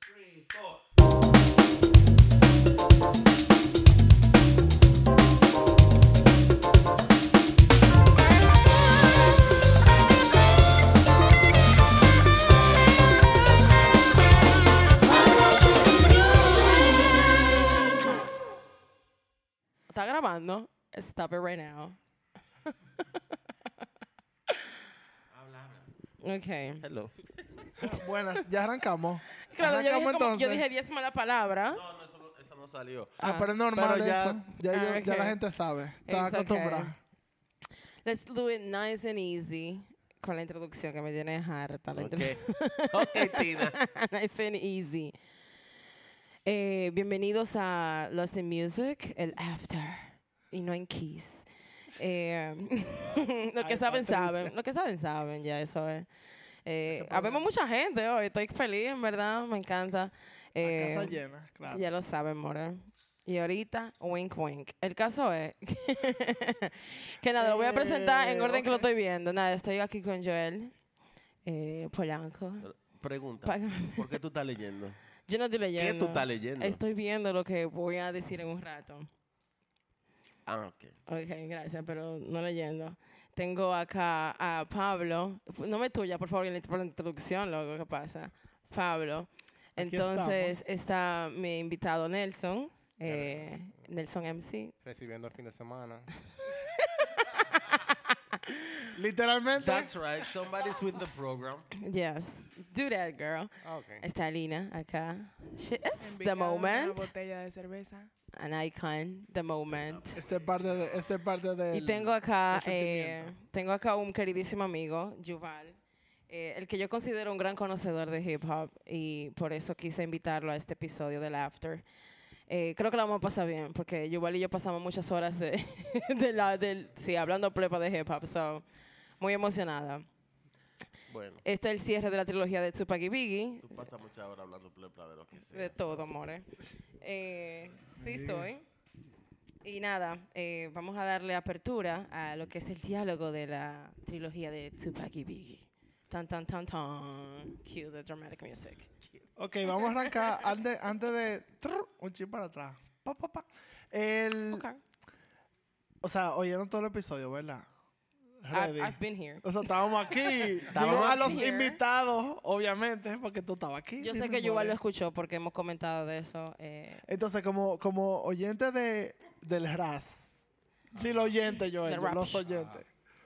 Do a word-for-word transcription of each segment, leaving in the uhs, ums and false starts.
three, four. ¿Está grabando? Stop it right now. Habla, habla. Okay. Hello. Buenas, ya arrancamos. Claro, yo dije, arrancamos como- entonces. yo dije diez malas palabras. No, no, eso no, eso no salió. Ah, Ah, pero es normal pero ya- eso. Ya, Ah, yo- ya la okay. gente sabe. Está It's okay. acostumbrada. Let's do it nice and easy. Con la introducción que me tiene harta. La Ok. introdu- Ok, Tina. nice and easy. Eh, bienvenidos a Lost in Music, el After. Y no en Kiss. Eh, lo que Ay, saben, Patricia. saben. Lo que saben, saben. Ya, eso es. Eh, Ese habemos programa. mucha gente hoy. Estoy feliz, en verdad. Me encanta. Eh, La casa llena, claro. Ya lo saben, more. Y ahorita, wink, wink. El caso es que nada, lo voy a presentar en Eh, orden que lo ok. estoy viendo. Nada, estoy aquí con Joel eh, Polanco. Pregunta. Pa- ¿Por qué tú estás leyendo? Yo no estoy leyendo. ¿Qué tú estás leyendo? Estoy viendo lo que voy a decir en un rato. Ah, ok. Ok, gracias, pero no leyendo. Tengo acá a Pablo. No me tuya, por favor, en la por la introducción, lo que pasa. Pablo. Aquí Entonces estamos. está mi invitado Nelson. eh, Nelson M C. Recibiendo el fin de semana. Literalmente. That's right. Somebody's with the program. Yes, do that, girl. Ah, ok. Está Lina acá. She is the Invitado a moment. Una botella de cerveza. An icon, the moment. Ese es parte de, ese es parte de. Y tengo acá, del eh, sentimiento. tengo acá un queridísimo amigo, Yuval, eh, el que yo considero un gran conocedor de hip hop y por eso quise invitarlo a este episodio del After. Eh, creo que lo vamos a pasar bien porque Yuval y yo pasamos muchas horas de, de la, del, sí, hablando plepa de hip hop, so muy emocionada. Bueno, Este es el cierre de la trilogía de Tupac y Biggie. tú pasas mucha hora hablando plepla de lo que sea. De todo, more. Eh, sí soy. Y nada, eh, vamos a darle apertura a lo que es el diálogo de la trilogía de Tupac y Biggie. Tan, tan, tan, tan. Cue the dramatic music. Ok, vamos a arrancar antes, antes de. Trrr, un chip para atrás. Pa, pa, pa. El, Okay. O sea, oyeron todo el episodio, ¿verdad? I've, Ready. I've been here. O sea, estábamos aquí. Estábamos Digo a los aquí. invitados, obviamente, porque tú estabas aquí. Yo sé dime, que Yuval lo more. escuchó porque hemos comentado de eso. Eh, Entonces, como, como oyente de, del R A S, sí, los oyentes, yo, Del rap. los oyentes.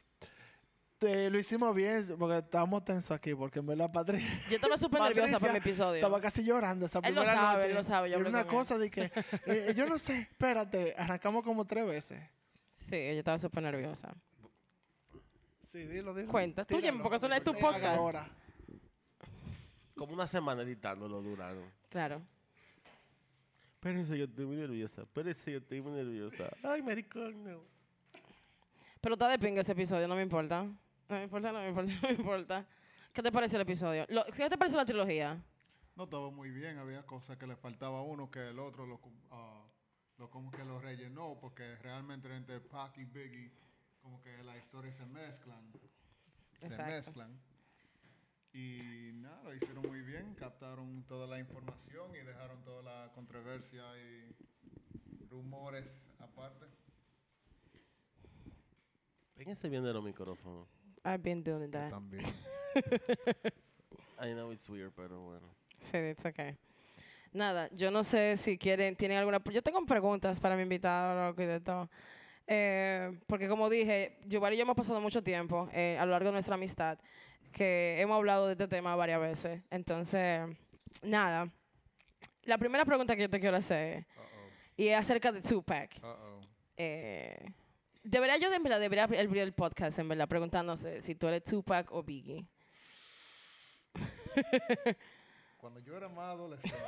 Te- lo hicimos bien porque estábamos tensos aquí, porque en verdad Patricia yo estaba súper nerviosa para mi episodio. estaba casi llorando esa Él lo primera sabe, noche. él lo sabe, yo Era hablé una con él. cosa de que, eh, yo no sé, espérate, arrancamos como tres veces. Sí, yo estaba súper nerviosa. Sí, dilo, dilo. Cuenta, tú, Tíralo, porque eso no es tu eh, podcast. ahora. Como una semana editándolo duraron. Claro. Espérense, yo estoy muy nerviosa. Espérense, yo estoy muy nerviosa. Ay, maricón, no. Pero está de pinga ese episodio, no me importa. No me importa, no me importa, no me importa. ¿Qué te parece el episodio? Lo- ¿Qué te parece la trilogía? No, estaba muy bien, había cosas que le faltaba a uno que el otro lo, cum- ah, lo como que lo rellenó, porque realmente entre Pac y Biggie, como que las historias se mezclan, se Exacto. mezclan. Y nada, lo hicieron muy bien, captaron toda la información y dejaron toda la controversia y rumores aparte. Péguense bien de los micrófonos. I've been doing Yo that. también. I know it's weird, pero bueno. Sí, it's okay. Nada, yo no sé si quieren, tienen alguna... Yo tengo preguntas para mi invitado, loco, y de todo. Eh, porque como dije, Yuval y yo hemos pasado mucho tiempo eh, a lo largo de nuestra amistad, que hemos hablado de este tema varias veces. Entonces, nada. La primera pregunta que yo te quiero hacer, Uh-oh, y es acerca de Tupac. uh-oh. Eh, debería yo de en verdad, debería abrir el podcast en verdad, preguntándose si tú eres Tupac o Biggie. Cuando yo era más adolescente,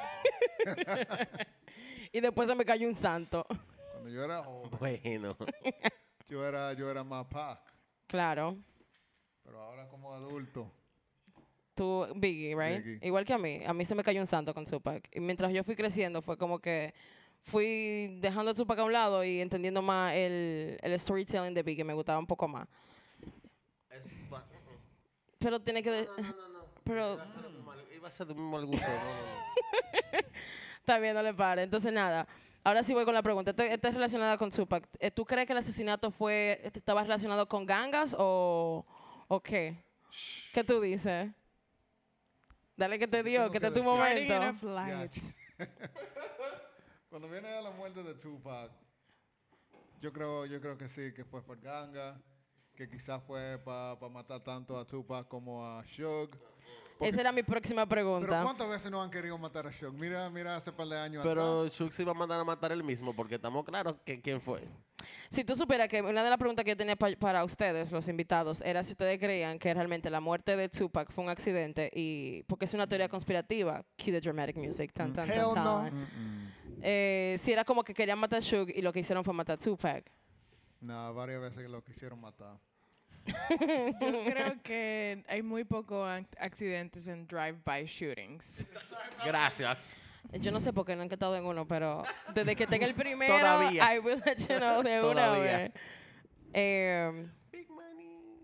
Y después se me cayó un santo. cuando yo era joven, Bueno. yo era, yo era más Pac, Claro. pero ahora como adulto, Tú, Biggie, right? Biggie. Igual que a mí. A mí se me cayó un santo con Tupac. Y mientras yo fui creciendo, fue como que fui dejando a Tupac a un lado y entendiendo más el, el storytelling de Biggie. Me gustaba un poco más. Es, pa- Pero tiene que... de- no, no, no, no. Pero Iba a ser lo mismo al- iba a ser lo mismo al gusto. No, no, no. está bien, no le pare. Entonces, nada. Ahora sí voy con la pregunta. Esta esta es relacionada con Tupac. Eh, ¿Tú crees que el asesinato fue este, estaba relacionado con gangas o, o qué? ¿Qué tú dices? Dale que te dio, tengo que que este es tu decir. momento. Guardian of Light. Cuando viene a la muerte de Tupac, yo creo, yo creo que sí, que fue por ganga, que quizás fue para matar tanto a Tupac como a Suge. Porque- Esa era mi próxima Pero pregunta. ¿cuántas veces no han querido matar a Suge? Mira, mira hace par de años Pero atrás. Shug se iba a mandar a matar él mismo porque estamos claros que quién fue. Si tú supieras que una de las preguntas que yo tenía pa- para ustedes, los invitados, era si ustedes creían que realmente la muerte de Tupac fue un accidente y porque es una teoría conspirativa. Cue the dramatic music. Tan, tan, tan, Hell tan. no. Mm-mm. Eh, si era como que querían matar a Suge y lo que hicieron fue matar a Tupac. No, varias veces lo quisieron matar. Yo creo que hay muy pocos ac- accidentes en drive-by shootings. Gracias. Yo no sé por qué no he estado en uno, pero desde que tenga el primero, Todavía. I will let you know de una Todavía. vez. Eh, Big money.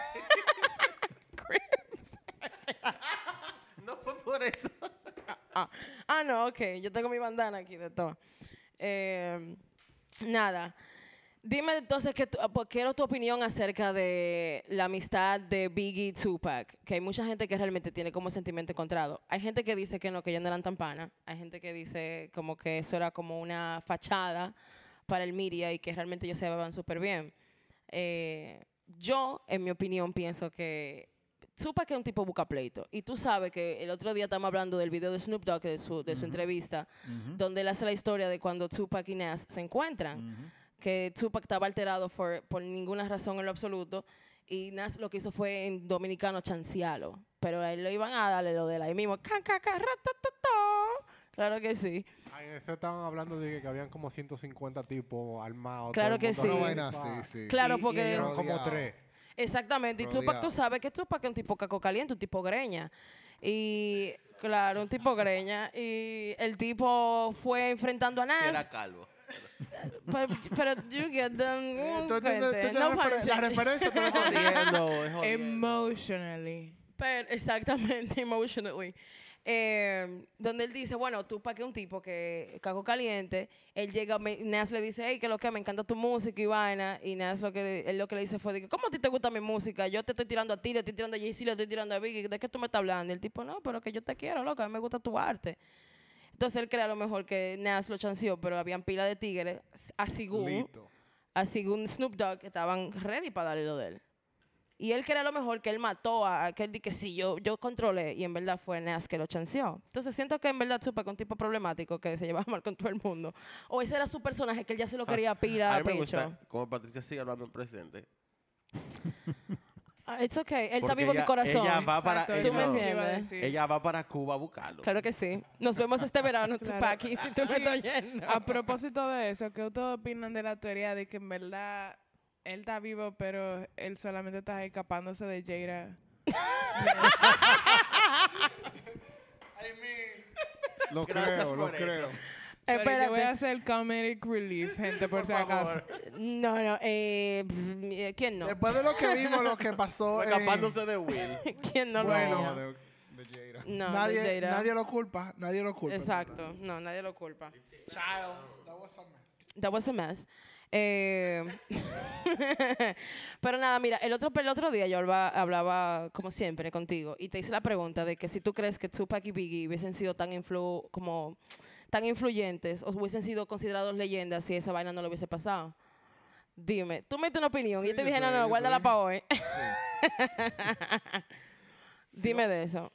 No fue por eso. ah, ah, no, ok. Yo tengo mi bandana aquí de todo. Eh, nada. Dime entonces, que tu- pues, quiero tu opinión acerca de la amistad de Biggie y Tupac, que hay mucha gente que realmente tiene como sentimiento encontrado. Hay gente que dice que no, que ellos no eran tan pana. Hay gente que dice como que eso era como una fachada para el media y que realmente ellos se llevaban súper bien. Eh, yo, en mi opinión, pienso que Tupac es un tipo busca pleito. Y tú sabes que el otro día estamos hablando del video de Snoop Dogg, de su, de su entrevista, donde él hace la historia de cuando Tupac y Nas se encuentran. Que Tupac estaba alterado por, por ninguna razón en lo absoluto. Y Nas lo que hizo fue en dominicano chancearlo. Pero a él lo iban a darle lo de él ahí mismo. Ca, ca, ca, ratatato. Claro que sí. Ah, en eso estaban hablando de que, que habían como ciento cincuenta tipos armados. Claro todo que el mundo sí. Una armado. vaina así, sí. Claro, Y- y porque- ellos eran como Rodeado. tres. Exactamente. Y Tupac, tú Rodeado. sabes que Tupac es un tipo caco caliente, un tipo greña. Y, claro, un tipo greña. Y el tipo fue enfrentando a Que Nas. era calvo. Pero, pero you get them. Eh, mm, tú entiendes- cuente. tú No entiendes la, refer- parece- la referencia. tú la entiendes. Jodiendo, es jodiendo. Emotionally. Pero, exactamente, emotionally. Eh, donde él dice, bueno, tú para que un tipo que cago caliente, él llega, me- Nas le dice, hey, que lo que me encanta tu música y vaina, y Nas lo que, él lo que le dice fue, de que, ¿cómo a ti te gusta mi música? Yo te estoy tirando a ti, le estoy tirando a Jay-Z, le estoy tirando a Biggie, ¿de qué tú me estás hablando? Y el tipo, no, pero que yo te quiero, loca, a mí me gusta tu arte. Entonces él cree a lo mejor que Nas lo chanceó, pero habían pila de tigres, así Lito. así un Snoop Dogg que estaban ready para darle lo de él. Y él cree a lo mejor que él mató a aquel de que sí, yo, yo controlé, y en verdad fue Nas que lo chanceó. Entonces siento que en verdad Tupac es un tipo problemático que se llevaba mal con todo el mundo. O ese era su personaje que él ya se lo quería pira A a mí me pecho. gusta, como Patricia sigue hablando en presidente. Ah, it's okay, él está Porque vivo en mi ella- corazón. ella va para- Exacto, ella- eso ¿Tú me es lo que iba a entiendes? decir. Ella va para Cuba a buscarlo. Claro que sí. Nos vemos este verano, Claro. Tupac, y si tú me Sí. estás oyendo. A propósito de eso, ¿qué ustedes opinan de la teoría de que en verdad él está vivo, pero él solamente está escapándose de Jada? Lo Gracias creo, lo por eso. creo. Sorry, yo voy a Espérate. hacer comedic relief, gente, por, si Por acaso. favor. No, no, eh, mm, ¿quién no? Después de lo que vimos, lo que pasó. eh, Escapándose de Will. ¿Quién no Bueno. lo No, vio? de, de Jada. No, de nadie, Jada. nadie lo culpa. Nadie lo culpa. Exacto, no, nadie lo culpa. Child. That was a mess. That was a mess. Eh, pero nada, mira, el otro, el otro día yo hablaba, hablaba, como siempre, contigo y te hice la pregunta de que si tú crees que Tupac y Biggie hubiesen sido tan, influ, como, tan influyentes o hubiesen sido considerados leyendas si esa vaina no lo hubiese pasado. Dime, tú me diste una opinión y Sí, yo te yo dije, no, estoy- no, yo guárdala estoy- para hoy. Sí. Dime de eso.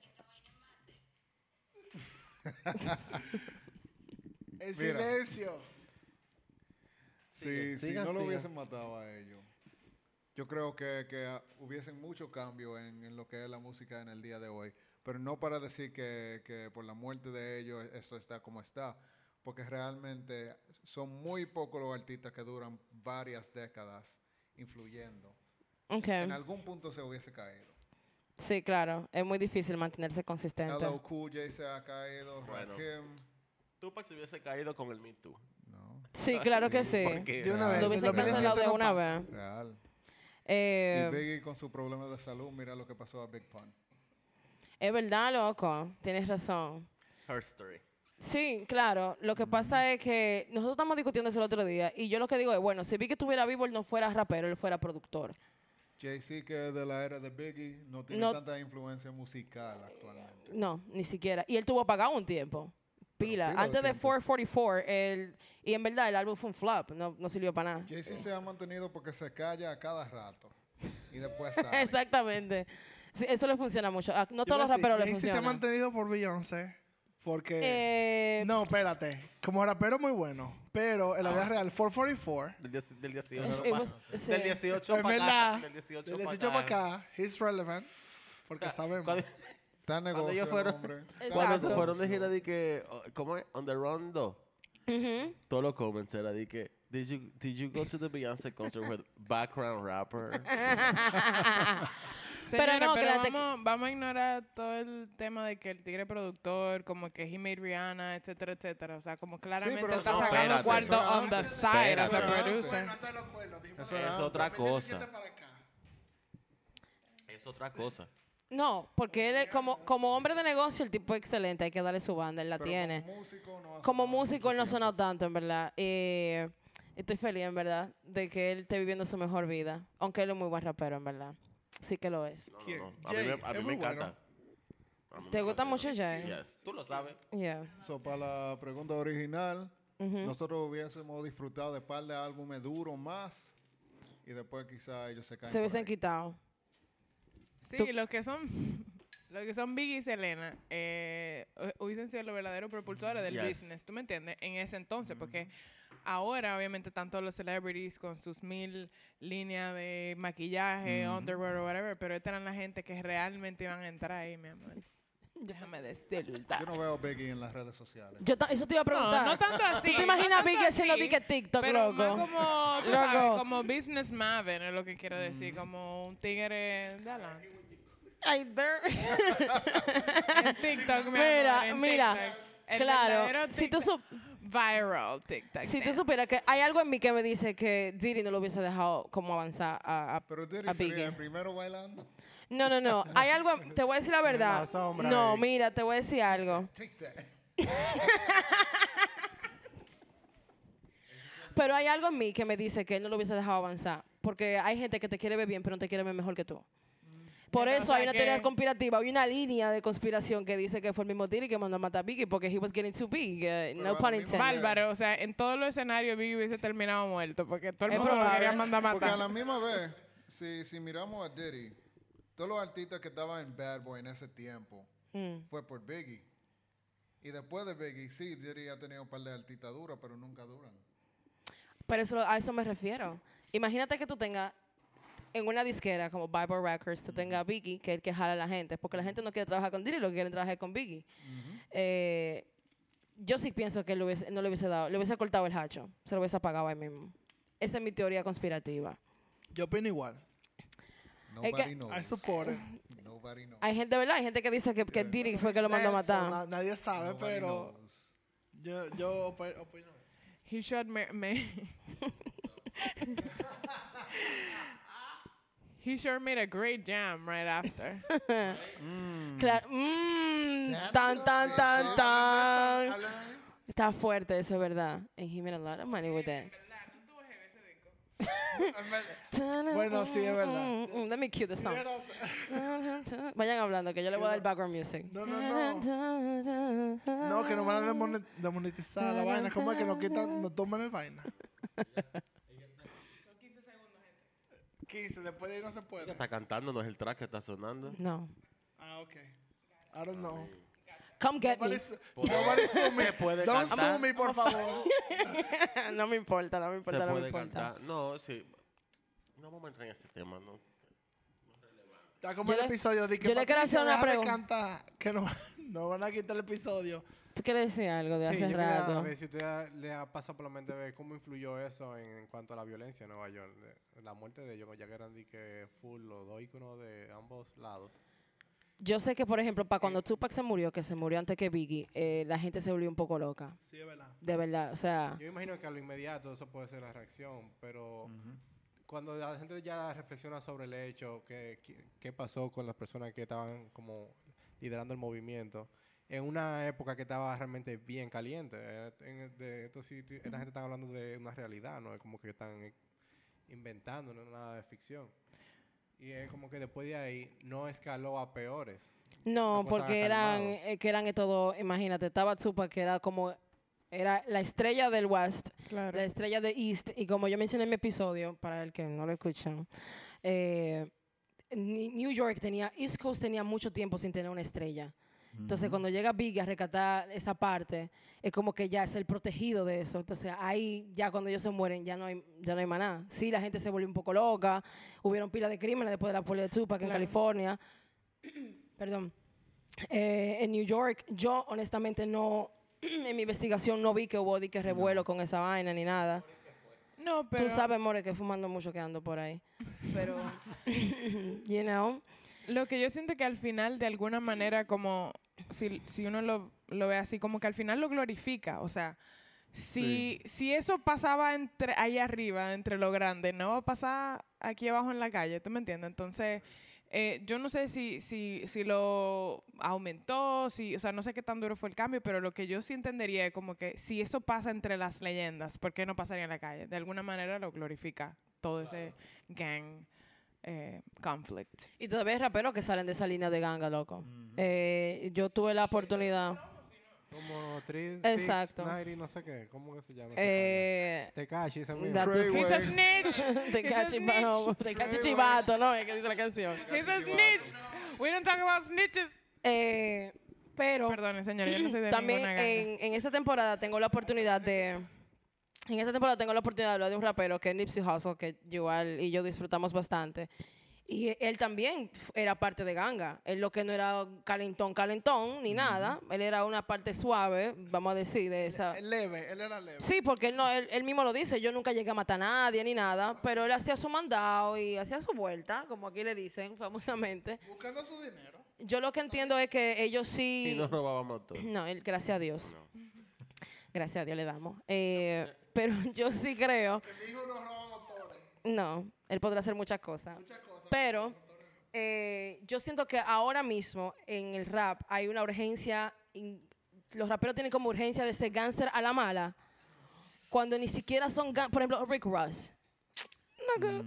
El Mira. silencio. Si, Sigue, si siga, no lo siga. hubiesen matado a ellos, yo creo que, que ah, hubiesen mucho cambio en, en lo que es la música en el día de hoy. Pero no para decir que, que por la muerte de ellos esto está como está, porque realmente son muy pocos los artistas que duran varias décadas influyendo. Ok. En algún punto se hubiese caído. Sí, claro, es muy difícil mantenerse consistente. L L Cool J se ha caído, Bueno. Rakim, Tupac se hubiese caído con el Me Too. no, Sí, claro que sí. Porque De una vez. Lo En hubiesen dos mil cancelado de diecisiete no una pasa. vez. real. Eh, Y Biggie con su problema de salud, mira lo que pasó a Big Pun. Es verdad, loco. Tienes razón. Her story. Sí, claro. Lo que pasa es que nosotros estamos discutiendo eso el otro día y yo lo que digo es, bueno, si Biggie estuviera vivo, él no fuera rapero, él fuera productor. Jay-Z, que es de la era de Biggie, no tiene No. tanta influencia musical actualmente. No, ni siquiera. Y él tuvo apagado un tiempo. Pila. pila de Antes de tiempo. cuatrocientos cuarenta y cuatro, el, y en verdad el álbum fue un flop, no, no sirvió para nada. Jay-Z se ha mantenido porque se calla a cada rato. Y después sale. Exactamente. Sí, eso le funciona mucho. A- No Yo todos los iba a decir, raperos le Jay-Z se ha funcionan. mantenido por Beyoncé. Porque. Eh, No, espérate. Como rapero muy bueno. Pero en la vida real, cuatrocientos cuarenta y cuatro. Del, dieci- del dieciocho. It pa- was- sí. Del dieciocho En para verdad, acá. Del dieciocho del para dieciocho para acá. acá, he's relevant. Porque sabemos. Cuando, Está en negocio, ellos el fueron- hombre. Exacto. cuando se fueron de gira, di que. oh, ¿Cómo es? On the Run dos. ujú. Todos los comments era de que. Did you, did you go to the Beyoncé concert with background rapper? Pero Señores, no, que pero la tec- vamos, vamos a ignorar todo el tema de que el tigre productor, como que he made Rihanna, etcétera, etcétera. O sea, como claramente pero él está eso- sacando espérate, cuarto eso on the antes. side as a Espérate. producer. Eso Es era otra antes. cosa. Es otra cosa. No, porque él es como, como hombre de negocio, el tipo es excelente, hay que darle su banda, él la Pero tiene. Como músico, no ha Como sonado músico mucho él no ha tiempo. sonado tanto, en verdad. Eh, estoy feliz, en verdad, de que él esté viviendo su mejor vida. Aunque él es muy buen rapero, en verdad. Sí que lo es. No, no, ¿Quién? no. A mí Jay, me, a es mí me muy encanta. A mí ¿Te me gusta fascina. mucho Jay? Yes. Tú lo sabes. Yeah. So, para la pregunta original, Ujú. nosotros hubiésemos disfrutado de par de álbumes duros más y después quizá ellos se caen. Se por hubiesen ahí. quitado. Sí, Tú- los que son los que son Biggie y Selena eh, hu- hubiesen sido los verdaderos propulsores del Yes. business, ¿tú me entiendes? En ese entonces, porque ahora obviamente están todos los celebrities con sus mil líneas de maquillaje, underwear o whatever, pero esta eran la gente que realmente iban a entrar ahí, mi amor. Déjame decirte. Yo no veo a Biggie en las redes sociales. Yo ta- eso te iba a No, preguntar. no tanto así. ¿Tú te no imaginas tanto Biggie haciendo así, Biggie TikTok, pero loco? más como, tú Loco. sabes, como business maven es lo que quiero decir, como un tigre de adelante. Ay, ver- En TikTok, mi Mira, amor, en mira, TikTok. El claro. verdadero Si tú, TikTok- sup- Viral TikTok. si tú dance. supieras que hay algo en mí que me dice que Diddy no lo hubiese dejado como avanzar a, a- Pero Diddy a sería Biggie. el primero bailando. No, no, no. Hay algo, en- te voy a decir la verdad. la sombra No, ahí. mira, te voy a decir algo. Take that. Pero hay algo en mí que me dice que él no lo hubiese dejado avanzar. Porque hay gente que te quiere ver bien, pero no te quiere ver mejor que tú. Por Pero, o eso sea hay una que- teoría conspirativa, hay una línea de conspiración que dice que fue el mismo Diddy que mandó a matar a Biggie porque he was getting too big. eh, Pero no a pun la misma intended. Bárbaro, o sea, en todos los escenarios Biggie hubiese terminado muerto porque todo el Es mundo lo probable. quería mandar a Porque a matar. la misma vez, si, si miramos a Diddy, todos los artistas que estaban en Bad Boy en ese tiempo Mm. fue por Biggie. Y después de Biggie, sí, Diddy ha tenido un par de artistas duras, pero nunca duran. Pero eso, a eso me refiero. Imagínate que tú tengas en una disquera como Bible Records, tú tengas a Biggie, que es el que jala a la gente, porque la gente no quiere trabajar con Diddy, lo que quieren trabajar es con Biggie. Eh, yo sí pienso que él lo hubiese- no le hubiese dado, le hubiese cortado el hacho, se lo hubiese apagado ahí mismo. Esa es mi teoría conspirativa. Yo opino igual. Nobody que- knows. I support it. Nobody knows. Hay gente, ¿verdad? Hay gente que dice que, que Diddy fue el que lo mandó a Nelson, matar. na- nadie sabe, Nobody pero knows. yo, yo opi- opino eso. He should me, me He sure made a great jam right after. Claro. Mm, That's tan, so tan, tan, vicious. tan. Hablan ahí. Está fuerte, eso es verdad. And he made a lot of money with that. Bueno, sí, es verdad. Mm, mm, Let me cue the song. Tienes razón. Vayan hablando, que yo le voy a dar el background music. No, no, no. No, que nos van a demone- demonetizar la vaina. ¿Cómo es que nos quitan, nos toman el vaina? quince, después de ahí no se puede. Ella está cantando, no es el track que está sonando. No. Ah, ok. I don't know. Come get me. Nobody, su- nobody sue me. Se puede Don't cantar. sue me, por favor. No me importa, no me Se importa, no me puede importa. cantar. No, sí. No vamos a entrar en este tema, ¿no? Está como Yo el le- episodio de que yo le quiero hacer Patricia, una deja de pregunta. cantar, que no, no van a quitar el episodio. ¿Tú quieres decir algo de Sí, hace yo quería rato? ver si usted ha- le ha pasado por la mente ver cómo influyó eso en, en cuanto a la violencia en Nueva York. de- la muerte de John Jagger Andy, que full los dos íconos de ambos lados. Yo sé que, por ejemplo, para cuando Tupac se murió, que se murió antes que Biggie, eh, la gente se volvió un poco loca. Sí, es verdad. De verdad, o sea... Yo imagino que a lo inmediato eso puede ser la reacción, pero cuando la gente ya reflexiona sobre el hecho, qué, qué, qué pasó con las personas que estaban como liderando el movimiento. En una época que estaba realmente bien caliente. Eh, en, de estos sitios, esta gente está hablando de una realidad, no es como que están inventando, no es nada de ficción. Y es como que después de ahí no escaló a peores. No, La cosa porque ha eran, calmado. eh, que eran todo, imagínate, estaba Tupac, que era como, era la estrella del West, Claro. la estrella de East, y como yo mencioné en mi episodio, para el que no lo escuchan, eh, Ni- New York tenía, East Coast tenía mucho tiempo sin tener una estrella. Entonces, cuando llega Biggie a rescatar esa parte, es como que ya es el protegido de eso. Entonces, ahí ya cuando ellos se mueren, ya no hay, ya no hay maná. Sí, la gente se volvió un poco loca, hubieron pilas de crímenes después de la polio de Tupac en Claro. California. Perdón. Eh, en New York, yo honestamente no, en mi investigación no vi que hubo di que revuelo con esa vaina ni nada. No, pero... Tú sabes, More, que fumando mucho que ando por ahí. Pero, you know. Lo que yo siento que al final, de alguna manera, como si, si uno lo, lo ve así, como que al final lo glorifica. O sea, si, si eso pasaba entre ahí arriba, entre lo grande, no va a pasar aquí abajo en la calle, ¿tú me entiendes? Entonces, eh, yo no sé si, si, si lo aumentó, si, o sea, no sé qué tan duro fue el cambio, pero lo que yo sí entendería es como que si eso pasa entre las leyendas, ¿por qué no pasaría en la calle? De alguna manera lo glorifica todo ese gang eh, conflict. Y todavía hay raperos que salen de esa línea de ganga, loco. Eh, yo tuve la oportunidad. Como tres, Exacto. noventa, no sé qué. ¿Cómo que se llama? esa Eh, vaina? Tekashi, ese mismo. that Freeway. to- He's a snitch. Te He's a cachi, snitch. no, te cachi chivato, ¿no? Es que dice la canción. He's a snitch. We don't talk about snitches. Eh, pero Perdón, señor, yo no soy de también ninguna ganga. en, en esta temporada tengo la oportunidad de... En esta temporada tengo la oportunidad de hablar de un rapero que es Nipsey Hussle, que igual y yo disfrutamos bastante. Y él también f- era parte de ganga. Él lo que no era calentón, calentón, ni nada. Él era una parte suave, vamos a decir, de esa... Él leve, él era leve. Sí, porque él, no, él, él mismo lo dice, yo nunca llegué a matar a nadie ni nada, pero él hacía su mandado y hacía su vuelta, como aquí le dicen famosamente. Buscando su dinero. Yo lo que entiendo es que ellos sí... Y no robaba motor. No, él, gracias a Dios. Gracias a Dios le damos. Eh, pero yo sí creo... El hijo no roba motores. No, él podrá hacer muchas cosas. Muchas cosas. Pero eh, yo siento que ahora mismo en el rap hay una urgencia, in- los raperos tienen como urgencia de ser gángster a la mala, cuando ni siquiera son, gan- por ejemplo, Rick Ross. No good.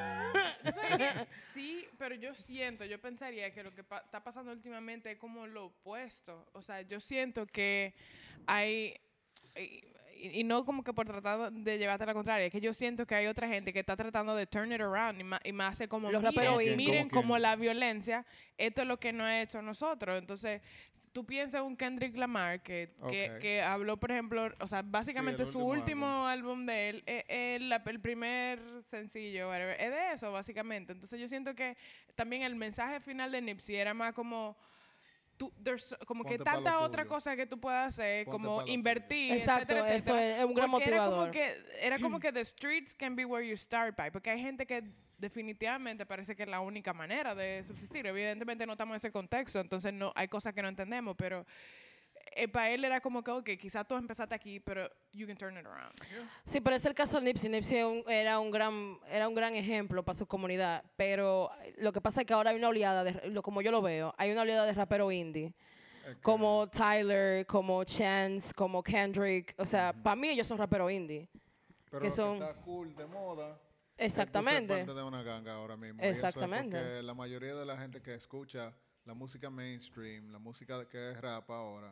¿Tú sabes qué? Sí, pero yo siento, yo pensaría que lo que pa- está pasando últimamente es como lo opuesto. O sea, yo siento que hay, y, y no como que por tratar de llevarte a la contraria, es que yo siento que hay otra gente que está tratando de turn it around y más, y más hace como, Los miren, raperos indie. miren ¿Cómo quién? como la violencia, esto es lo que no ha hecho nosotros. Entonces, tú piensas en un Kendrick Lamar que, que, Ok. que habló, por ejemplo, o sea, básicamente el su último último álbum de él, eh, eh, la- el primer sencillo, whatever, es de eso, básicamente. Entonces yo siento que también el mensaje final de Nipsey era más como, tú, there's como que Ponte pa' lo tanta otra tuyo. cosa que tú puedas hacer, Ponte como pa' lo tuyo. invertir, Exacto, etcétera, eso etcétera. es un gran Porque era como motivador. que, era como que the streets can be where you start by, porque hay gente que definitivamente parece que es la única manera de subsistir. Evidentemente no estamos en ese contexto, entonces no hay cosas que no entendemos, pero eh, para él era como que, ok, quizás tú empezaste aquí, pero you can turn it around. Sí, pero es el caso de Nipsey. Nipsey un- era un gran, era un gran ejemplo para su comunidad, pero lo que pasa es que ahora hay una oleada, de, lo- como yo lo veo, hay una oleada de rapero indie. Es que- Como Tyler, como Chance, como Kendrick. O sea, para mí ellos son raperos indie. Pero que lo son- que está cool de moda. Exactamente. Es tú ser parte de una ganga ahora mismo. Y eso es Exactamente. porque la mayoría de la gente que escucha la música mainstream, la música que es rap ahora,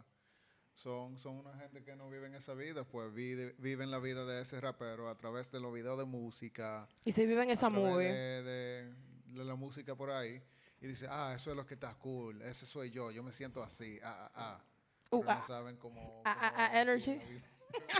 son, son una gente que no viven esa vida, pues vive- viven la vida de ese rapero a través de los videos de música, Y se viven esa a través movie. de, de- de la música por ahí. Y dice, ah, eso es lo que está cool, ese soy yo, yo me siento así, ah, ah, ah. Uh, Pero ah. no saben cómo, Ah, ah, cómo ah, es energy. en la vida.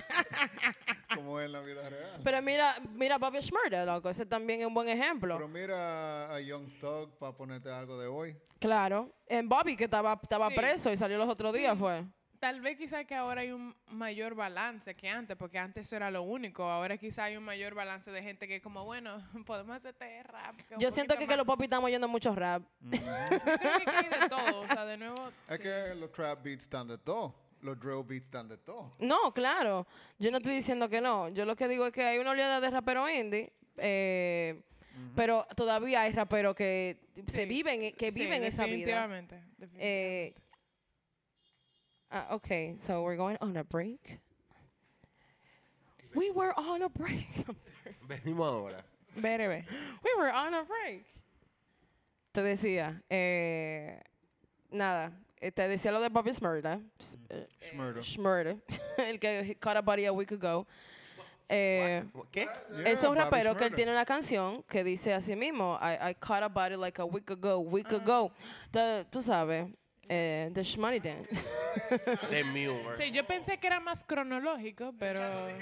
Cómo es en la vida real. Pero mira, mira Bobby Shmurda, loco. Ese también es un buen ejemplo. Pero mira a Young Thug para ponerte algo de hoy. Claro. En Bobby, que estaba, estaba Sí. preso y salió los otros Sí. días, fue. Tal vez quizá que ahora hay un mayor balance que antes, porque antes eso era lo único. Ahora quizá hay un mayor balance de gente que es como, bueno, podemos hacer este rap. que es un Yo siento poquito que, que los más- popis estamos oyendo mucho rap. Yo creo que hay de todo, o sea, de nuevo... Es sí. que los trap beats están de todo. Los drill beats están de todo. No, claro. Yo no estoy diciendo que no. Yo lo que digo es que hay una oleada de rapero indie. Eh, pero todavía hay raperos que se Sí. viven, que Sí, viven esa vida. definitivamente, Eh, definitivamente. ah, okay, so we're going on a break. We were on a break. I'm sorry. Venimos ahora. Breve. We were on a break. Te decía, eh, nada, eh, te decía lo de Bobby Shmurda. Shmurda. Shmurda, el que caught a body a week ago. Eh, ¿Qué? Yeah, es un Bobby rapero que él Shmurda. tiene una canción que dice así mismo, I, I caught a body like a week ago, week ago. The- tú sabes, eh, the Shmoney Dance. De Muir. Sí, yo pensé que era más cronológico, pero...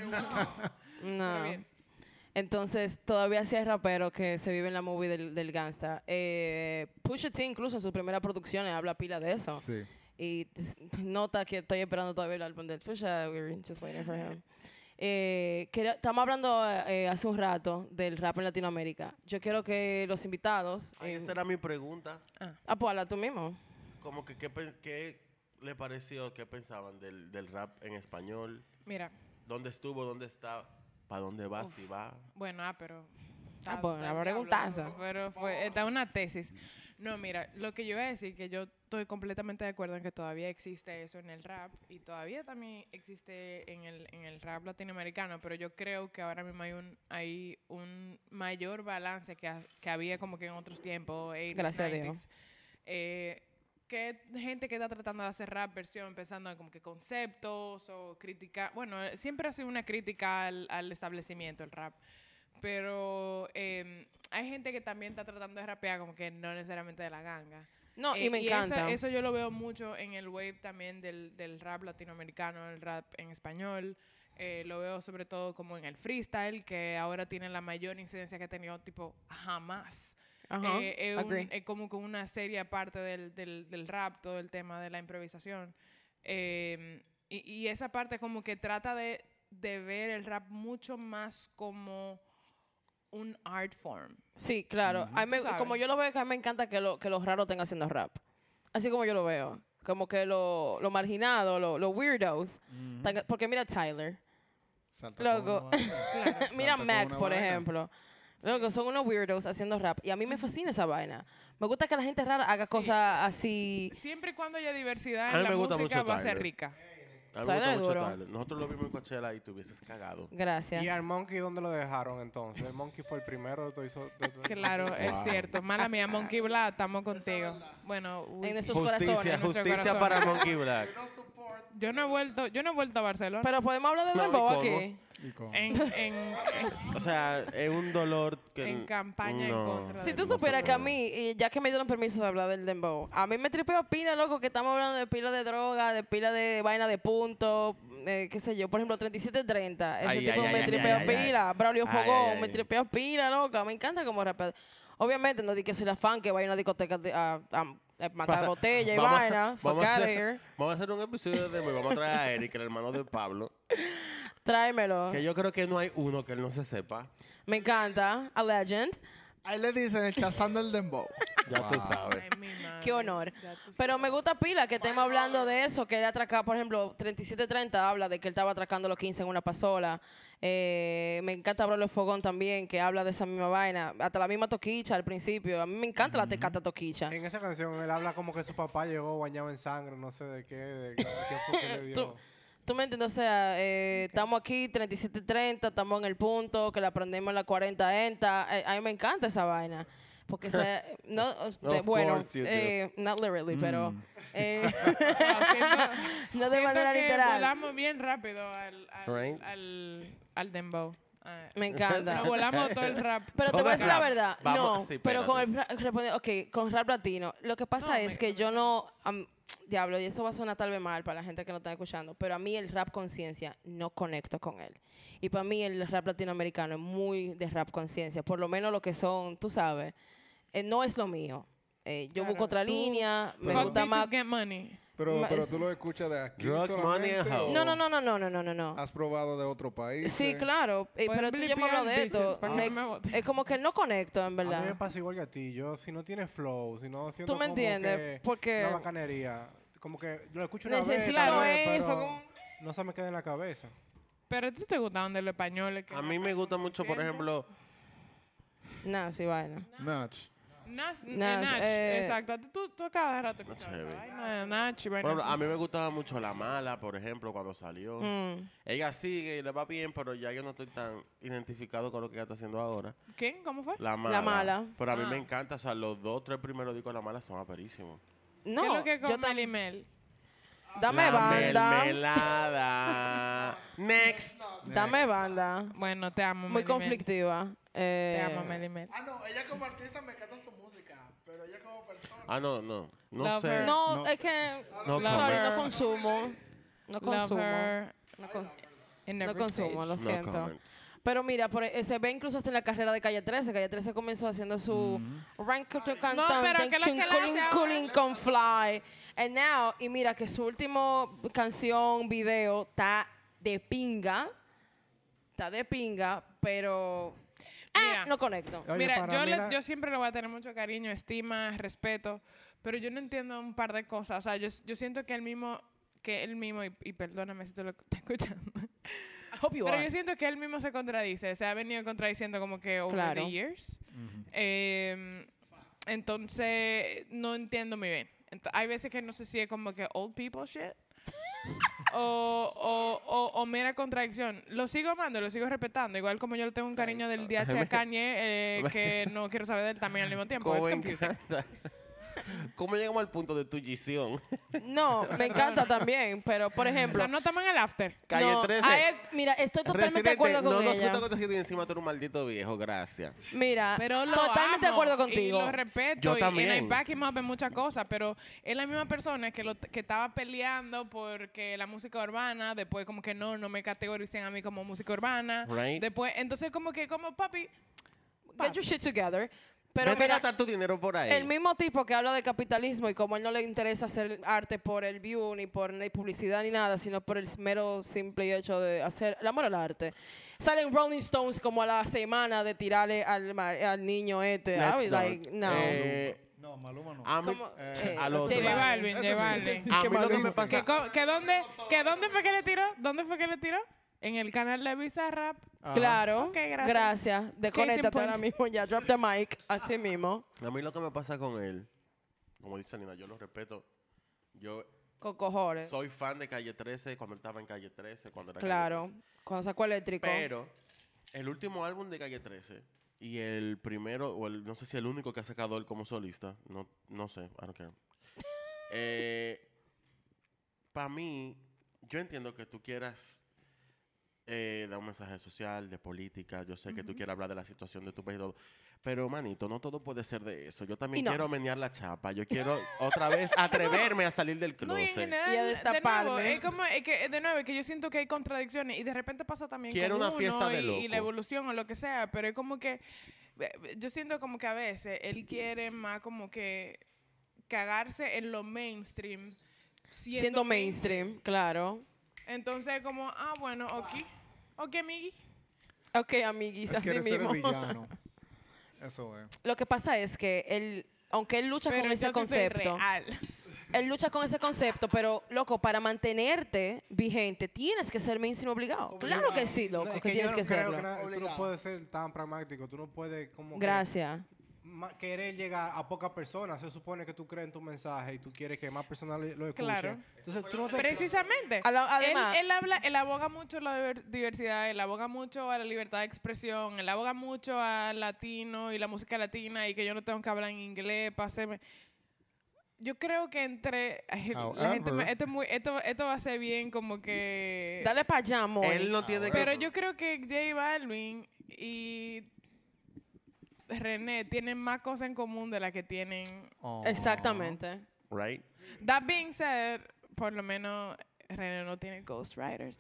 No. Pero bien. Entonces, todavía sí hay raperos que se viven la movie del, del gangsta. Eh, Pusha T incluso en sus primeras producciones habla pila de eso. Sí. Y s- nota que estoy esperando todavía el álbum de Pusha. We're just waiting for him. Eh, quería- estamos hablando eh, hace un rato del rap en Latinoamérica. Yo quiero que los invitados... Ay, eh, esa era mi pregunta. ah, pues habla tú mismo. Como que, ¿qué, pen- qué le pareció, qué pensaban del, del rap en español? Mira, ¿Dónde estuvo? ¿Dónde está? ¿Para dónde va? Si va. bueno, ah, pero... Ah, está- pues, está una el diablo, preguntaza. Pero fue, está una tesis. No, mira, lo que yo voy a decir, que yo estoy completamente de acuerdo en que todavía existe eso en el rap y todavía también existe en el, en el rap latinoamericano, pero yo creo que ahora mismo hay un, hay un mayor balance que, ha- que había como que en otros tiempos, ochenta, Gracias a Dios. noventa. Eh, que gente que está tratando de hacer rap versión pensando en como que conceptos o crítica, bueno, eh, siempre ha sido una crítica al, al establecimiento el rap, pero eh, hay gente que también está tratando de rapear como que no necesariamente de la ganga. No, y Eh, me eso- encanta. Eso, yo lo veo mucho en el wave también del, del rap latinoamericano, el rap en español. Eh, lo veo sobre todo como en el freestyle, que ahora tiene la mayor incidencia que ha tenido tipo jamás. Ajá, Eh, es, un- agree. es como que una seria parte del, del, del rap, todo el tema de la improvisación. Eh, y, y esa parte como que trata de, de ver el rap mucho más como un art form. Sí, claro. A mí me- Tú sabes. como yo lo veo, que a mí me encanta que, lo, que los raros estén haciendo rap. Así como yo lo veo. Como que los lo marginados, los lo weirdos. tan- porque mira Tyler. Salta Loco. con una vaina. Mira Salta con Mac, una por vaina. ejemplo. Loco, son unos weirdos haciendo rap. Y a mí me fascina esa vaina. Me gusta que la gente rara haga Sí. cosas así. Siempre y cuando haya diversidad A en mí la me gusta música mucho va a ser Tyler. rica. A mí me Tyler gusta es mucho duro. Tyler. Nosotros lo vimos en Coachella y te hubieses cagado. Gracias. ¿Y al Monkey dónde lo dejaron entonces? El Monkey fue el primero de todo eso. de todo- Claro, es Wow. cierto. Mala mía, Monkey Black, estamos contigo. Bueno, uy, En nuestros Justicia, corazones. en nuestro justicia corazón. para Monkey Black. yo no he vuelto, yo no he vuelto a Barcelona. Pero podemos hablar de No, ¿y Dembow cómo? aquí. Y con- en, en, en- O sea, es un dolor que... En campaña en no, contra Si de- tú no se supieras que a puede. mí, y ya que me dieron permiso de hablar del dembow, a mí me tripeo pila, loco, que estamos hablando de pila de droga, de pila de vaina de punto, eh, qué sé yo, por ejemplo, treinta y siete treinta, ese Ay, tipo ay, me ay, tripeo ay, ay, pila, Braulio Ay, Fogón, ay, me ay. tripeo pila, loca, me encanta como rapea. Obviamente no di que soy la fan que vaya a una discoteca de- a, a- a matar botella y Vamos a- vaina, fuck vamos a out of hacer- here, Vamos a hacer un episodio de... Vamos a traer a Eric, el hermano de Pablo. tráemelo. Que yo creo que no hay uno que él no se sepa. Me encanta, a legend. Ahí le dicen el chazando el dembow. Ya tú sabes. Ay, mi madre. Qué honor. Ya tú Pero me gusta pila que estemos hablando de eso, que él atracaba, por ejemplo, treinta y siete treinta habla de que él estaba atracando los quince en una pasola. Eh, me encanta Braulio Fogón también, que habla de esa misma vaina. Hasta la misma Toquicha al principio. A mí me encanta la tecata Toquicha. En esa canción él habla como que su papá llegó bañado en sangre, no sé de qué, de qué, qué fue que le dio. Tú- ¿Tú me entiendes? O sea, eh, estamos aquí, treinta y siete treinta, estamos en el punto, que la aprendemos en la cuarenta enta. Eh, a mí me encanta esa vaina. Porque, se, no, de- Of bueno, course you do. eh, not literally, pero... eh, siento- no de siento manera que literal. volamos bien rápido al, al, Right. al, al dembow. Ah, Me encanta. nos volamos todo el rap. Pero te Todo voy a el decir la rap. verdad, Vamos, no, sí, pero con espérate. el ra- responde- ok, con rap latino, lo que pasa No, es me- que yo no, am, diablo, y eso va a sonar tal vez mal para la gente que no está escuchando, pero a mí el rap conciencia no conecto con él. Y para mí el rap latinoamericano es muy de rap conciencia, por lo menos lo que son, tú sabes, eh, no es lo mío. Eh, yo Claro, busco otra tú- línea, me Fuck gusta bitches más... get money. Pero, Ma- pero es- tú lo escuchas de aquí Drugs, money and solamente, hoes. o No, no, no, no, no, no, no, no, no. ¿Has probado de otro país? Sí, claro, eh, Pueden pero tú ya me hablas de blipear esto. bitches para que like, no me voten. es como que no conecto, en A mí me verdad. pasa igual que a ti. Yo, si no tiene flow, si no siento ¿Tú me como entiendes? que Porque- una bacanería, como que yo lo escucho una vez, Necesito tal vez, eso, pero como- no se me queda en la cabeza. Pero a ti te gustan de los españoles. que A no mí me hablan gusta con mucho, por conciencia? ejemplo, Nash y vaina. Nach. Nach, eh, Nach, Nach, eh, exacto. Tú, tú a cada rato escuchabas Chévere. esa vaina de Nach y Por vaina ejemplo, así. a mí me gustaba mucho La Mala, por ejemplo, cuando salió. Mm. Ella sigue y le va bien, pero ya yo no estoy tan identificado con lo que ella está haciendo ahora. ¿Quién? ¿Cómo fue? La Mala. Mala. Pero a mí Ah. me encanta, o sea, los dos, tres primeros discos de La Mala son aperísimos. No, ¿Qué es lo que yo con tam- Mel y Mel? Dame La banda. mermelada. Next. Dame banda. Bueno, te amo, Muy Mel y Mel. conflictiva. Te Eh, amo, Mel y Mel. Ah, no, ella como artista me encanta su música, pero ella como persona. Ah, no, no. No Love sé. her. No, No. es que. No Love sorry, her. no consumo. No Love consumo. her No, con- in no every consumo, stage. lo No siento. comments. Pero mira, por, e- se ve incluso hasta en la carrera de Calle trece. Calle trece comenzó haciendo su rank to pero cantante, ¿qué es lo que él hace ahora? cooling con Fly. And now, y mira que su último canción, video, está de pinga. Está de pinga, pero eh, Mira. no conecto. Oye, Mira, para yo, mí le- la- yo siempre le voy a tener mucho cariño, estima, respeto, pero yo no entiendo un par de cosas. O sea, yo, yo siento que él mismo, que él mismo, y, y perdóname si tú lo estás escuchando, I hope you pero are. yo siento que él mismo se contradice. Se ha venido contradiciendo como que over Claro. the years. Eh, entonces, no entiendo muy bien. Ento- hay veces que no sé si es como que old people shit. o, o, o, o mera contradicción. Lo sigo amando, lo sigo respetando. Igual como yo le tengo un cariño del D H a Kanye, eh, que no quiero saber de él también al mismo tiempo. ¿Cómo, Es confusing. encanta? ¿Cómo llegamos al punto de tullición? No, me encanta también, pero por ejemplo. Pero no estamos en el after. Calle no, trece. a él- mira, estoy totalmente de Residente, acuerdo con no nos ella. gusta cuando te encima tú eres un maldito viejo, gracias. Mira, Pero lo totalmente de amo acuerdo contigo. Y lo respeto. Yo y, también. Y I back him up en muchas cosas, pero es la misma persona que, lo, que estaba peleando porque la música urbana, después como que no, no me categoricen a mí como música urbana. Right. Después, entonces como que como papi, Get your shit together. Pero Vete a mira, gastar tu dinero por ahí. el mismo tipo que habla de capitalismo y como a él no le interesa hacer arte por el view, ni por ni publicidad, ni nada, sino por el mero simple hecho de hacer el amor al arte. Salen Rolling Stones como a la semana de tirarle al, ma- al niño este. I Let's was not. like, no. Eh, No, Maluma no. a mí, Como, eh, eh, al J otro. J Balvin. Balvin, Eso J sí. Balvin. a mí lo que Maluma. me pasa... ¿Que, co- que dónde, ¿Que dónde fue que le tiró? ¿Dónde fue que le tiró? En el canal de Bizarrap. Ajá. Claro, Ok, gracias. gracias. Desconéctate point. ahora mismo ya. Drop the mic. Así mismo. A mí lo que me pasa con él, como dice Nina, yo lo respeto. Yo Con cojones. soy fan de Calle trece cuando él estaba en Calle trece, cuando era Claro. Calle trece. Cuando sacó eléctrico. Pero el último álbum de Calle trece y el primero, o el, no sé si el único que ha sacado él como solista, no, no sé, I don't care. eh, Para mí, yo entiendo que tú quieras eh, dar un mensaje social, de política, yo sé que tú quieres hablar de la situación de tu país y todo, pero manito, no todo puede ser de eso. Yo también Enough. quiero menear la chapa, yo quiero otra vez atreverme a salir del No, y en closet. general, Y a de destaparme. nuevo, es como, es que, de nuevo, es que yo siento que hay contradicciones y de repente pasa también Quiero con una uno fiesta de y, y la loco. evolución o lo que sea, pero es como que, eh, yo siento como que a veces él quiere más como que cagarse en lo mainstream. Siendo, Siendo mainstream, claro. Entonces como, ah, bueno, ok, ok, amigui. Ok, amiguis, Él así quiere ser el mismo. villano. Eso es. Lo que pasa es que él, aunque él lucha Pero con ese yo sí soy concepto, real. él lucha con ese concepto, pero, loco, para mantenerte vigente, tienes que ser mainstream obligado. Claro que sí, loco, No, es que, yo tienes no que creo serlo. na- tú no Obligado. puedes ser tan pragmático, tú no puedes como que Gracias. ma- querer llegar a pocas personas. Se supone que tú crees en tu mensaje y tú quieres que más personas lo lo escuchen. Claro. Entonces tú no te Precisamente. A la- además- él, él habla, él aboga mucho a la diver- diversidad, él aboga mucho a la libertad de expresión, él aboga mucho al latino y la música latina y que yo no tengo que hablar en inglés para hacerme... Yo creo que entre... ay, la gente me- However- esto, es muy, esto, esto va a ser bien como que... Dale para allá, amor. Él no tiene que... Pero yo creo que J Balvin y René tienen más cosas en común de las que tienen... Oh. Exactamente. Right? That being said, por lo menos René no tiene ghostwriters.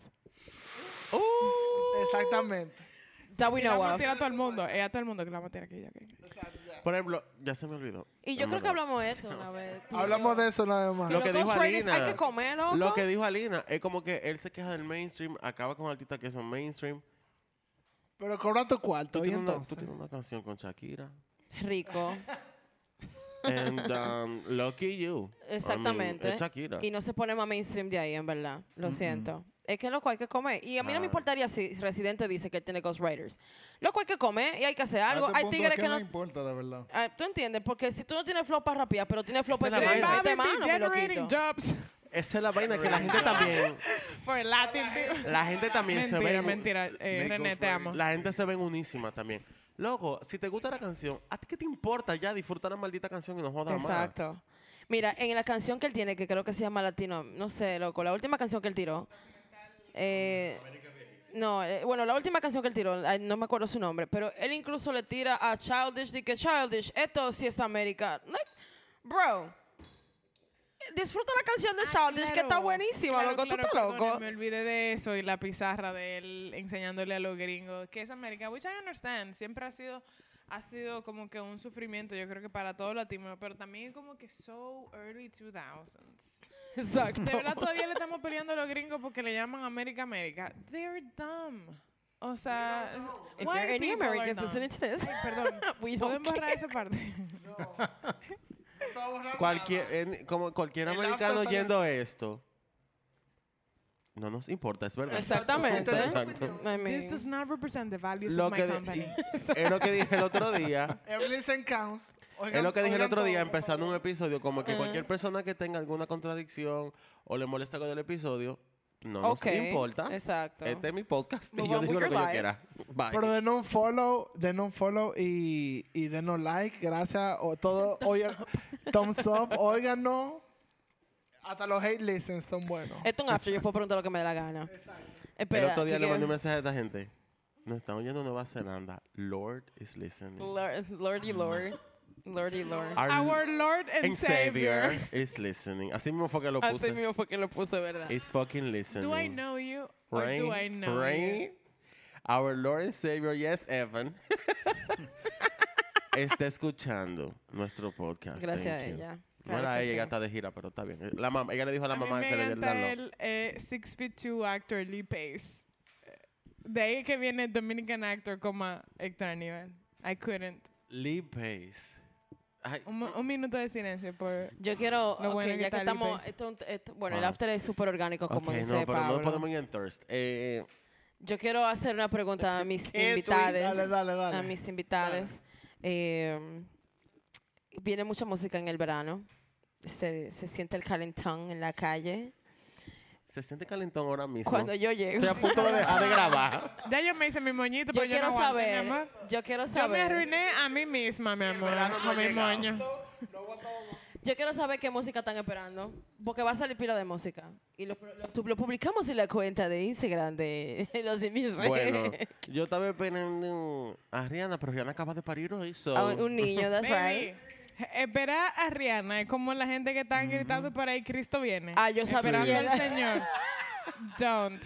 Exactamente. That we Y la know vamos a of. tirar a todo el mundo. Es a todo el mundo que la vamos a tirar aquí. ok. Por ejemplo, ya se me olvidó. Y yo En creo que verdad. hablamos de eso una vez. tú y Hablamos yo. de eso nada más. Que Lo los que dijo ghostwriters Alina. hay que comer, loco. Lo que dijo Alina es como que él se queja del mainstream, acaba con artistas que son mainstream. Pero cobra tu Tú cuarto, ¿y tienes, una, tú entonces? tienes una canción con Shakira. Rico. And um, lucky you. I mean, Exactamente. es Shakira. Y no se pone más mainstream de ahí, en verdad. Lo siento. Es que loco hay que comer. Y a mí no me Ah. importaría si Residente dice que él tiene Ghostwriters. Loco hay que comer y hay que hacer algo. A este Hay punto, ¿a tigres quién que no... le importa, de verdad? Ah, ¿tú entiendes? Porque si tú no tienes flow para rapear, pero tienes flow Esa para es la escribir, vaina. mete Bobby mano, mi generating loquito. jobs Esa es la vaina que la gente también... for Latin people. La gente también se Mentira, ve... mentira. Eh, Make René, Ghost te amo. La gente se ven unísima también. Loco, si te gusta la canción, ¿a ti qué te importa ya disfrutar la maldita canción y no jodas más? Exacto. Mira, en la canción que él tiene, que creo que se llama Latino, no sé, loco, la última canción que él tiró. Eh, no, eh, bueno, la última canción que él tiró, ay, no me acuerdo su nombre, pero él incluso le tira a Childish, de que Childish, esto sí es América. Like, bro, disfruta la canción de Childish, que está Claro, buenísima, claro, loco, claro, tú estás perdone, loco. Me olvidé de eso y la pizarra de él enseñándole a los gringos que es América, which I understand. Siempre ha sido, ha sido como que un sufrimiento, yo creo que para todo latino, pero también como que so early two thousands. Exacto. De verdad todavía le estamos peleando a los gringos porque le llaman América América. They're dumb. O sea, If white there are any people are Americans dumb. listening to this, Ay, perdón. we ¿Pueden don't borrar care. esa parte? Cualquier, en- como cualquier El americano after oyendo esto, no nos importa, es verdad. Exactamente. Exacto. I mean, This does not represent the values Lo of my que de- company. es lo que dije el otro día. Every listen counts. Oigan- Es lo que dije el oigan otro todo, día, por empezando un favor. episodio, como que cualquier persona que tenga alguna contradicción o le moleste algo del episodio, no ok, nos importa. Exacto. Este es mi podcast y Move yo on digo with lo your que yo life. quiera. Bye. Pero denos un follow, denos un follow y, y denos like, gracias. O todo, oigan, thumbs up, óiganos. Hasta los hate listens son buenos. Esto es un after, yo puedo preguntar lo que me dé la gana. El Espera, otro día que- le mandé un mensaje a esta gente. Nos están oyendo en Nueva Zelanda. Lord is listening. Lord, Lordy Lord. Lordy Lord. Our, Our Lord and, and Savior. Savior is listening. Así mismo fue que lo Así puse. mismo fue que lo puse, ¿verdad? Is fucking listening. Do I know you or Rain, do I know Rain, our Lord and Savior, yes, Evan, está escuchando nuestro podcast. Gracias a Thank you. ella. No Claro era que ella, ella sí. está de gira, pero está bien. La mam- ella le dijo a la A mí mamá me que le encanta diera el eh, six feet two actor Lee Pace. De ahí que viene Dominican actor como Héctor Aníbal. I couldn't. Lee Pace. Ay, Un, mo- un minuto de silencio por... Yo quiero, Lo ok, bueno que ya que está Lee estamos, Pace. esto, es un- esto- bueno, el Wow. after es súper orgánico, como ok, dice no, pero Pablo. no podemos ir en thirst. Eh, Yo quiero hacer una pregunta a mis ¿Qué, invitados. Dale, dale, dale. A mis invitados. Eh, viene mucha música en el verano. Se, se siente el calentón en la calle. se siente calentón ahora mismo. Cuando yo llego. Estoy a punto de dejar de grabar. Ya yo me hice mi moñito, Yo pero yo quiero no aguanté, mi saber, amor. yo quiero Yo me saber, arruiné a mí misma, mi amor, verano no con ha mi llegado. moño. yo quiero saber qué música están esperando, porque va a salir pila de música y lo, lo- lo publicamos en la cuenta de Instagram de los de Music. Bueno, yo estaba esperando a Rihanna, pero Rihanna acaba de parir hoy. So. A un, un niño, that's Baby, right. espera a Rihanna, es como la gente que están gritando por ahí, Cristo viene. Ah, yo sabía. Esperando al Señor. Don't.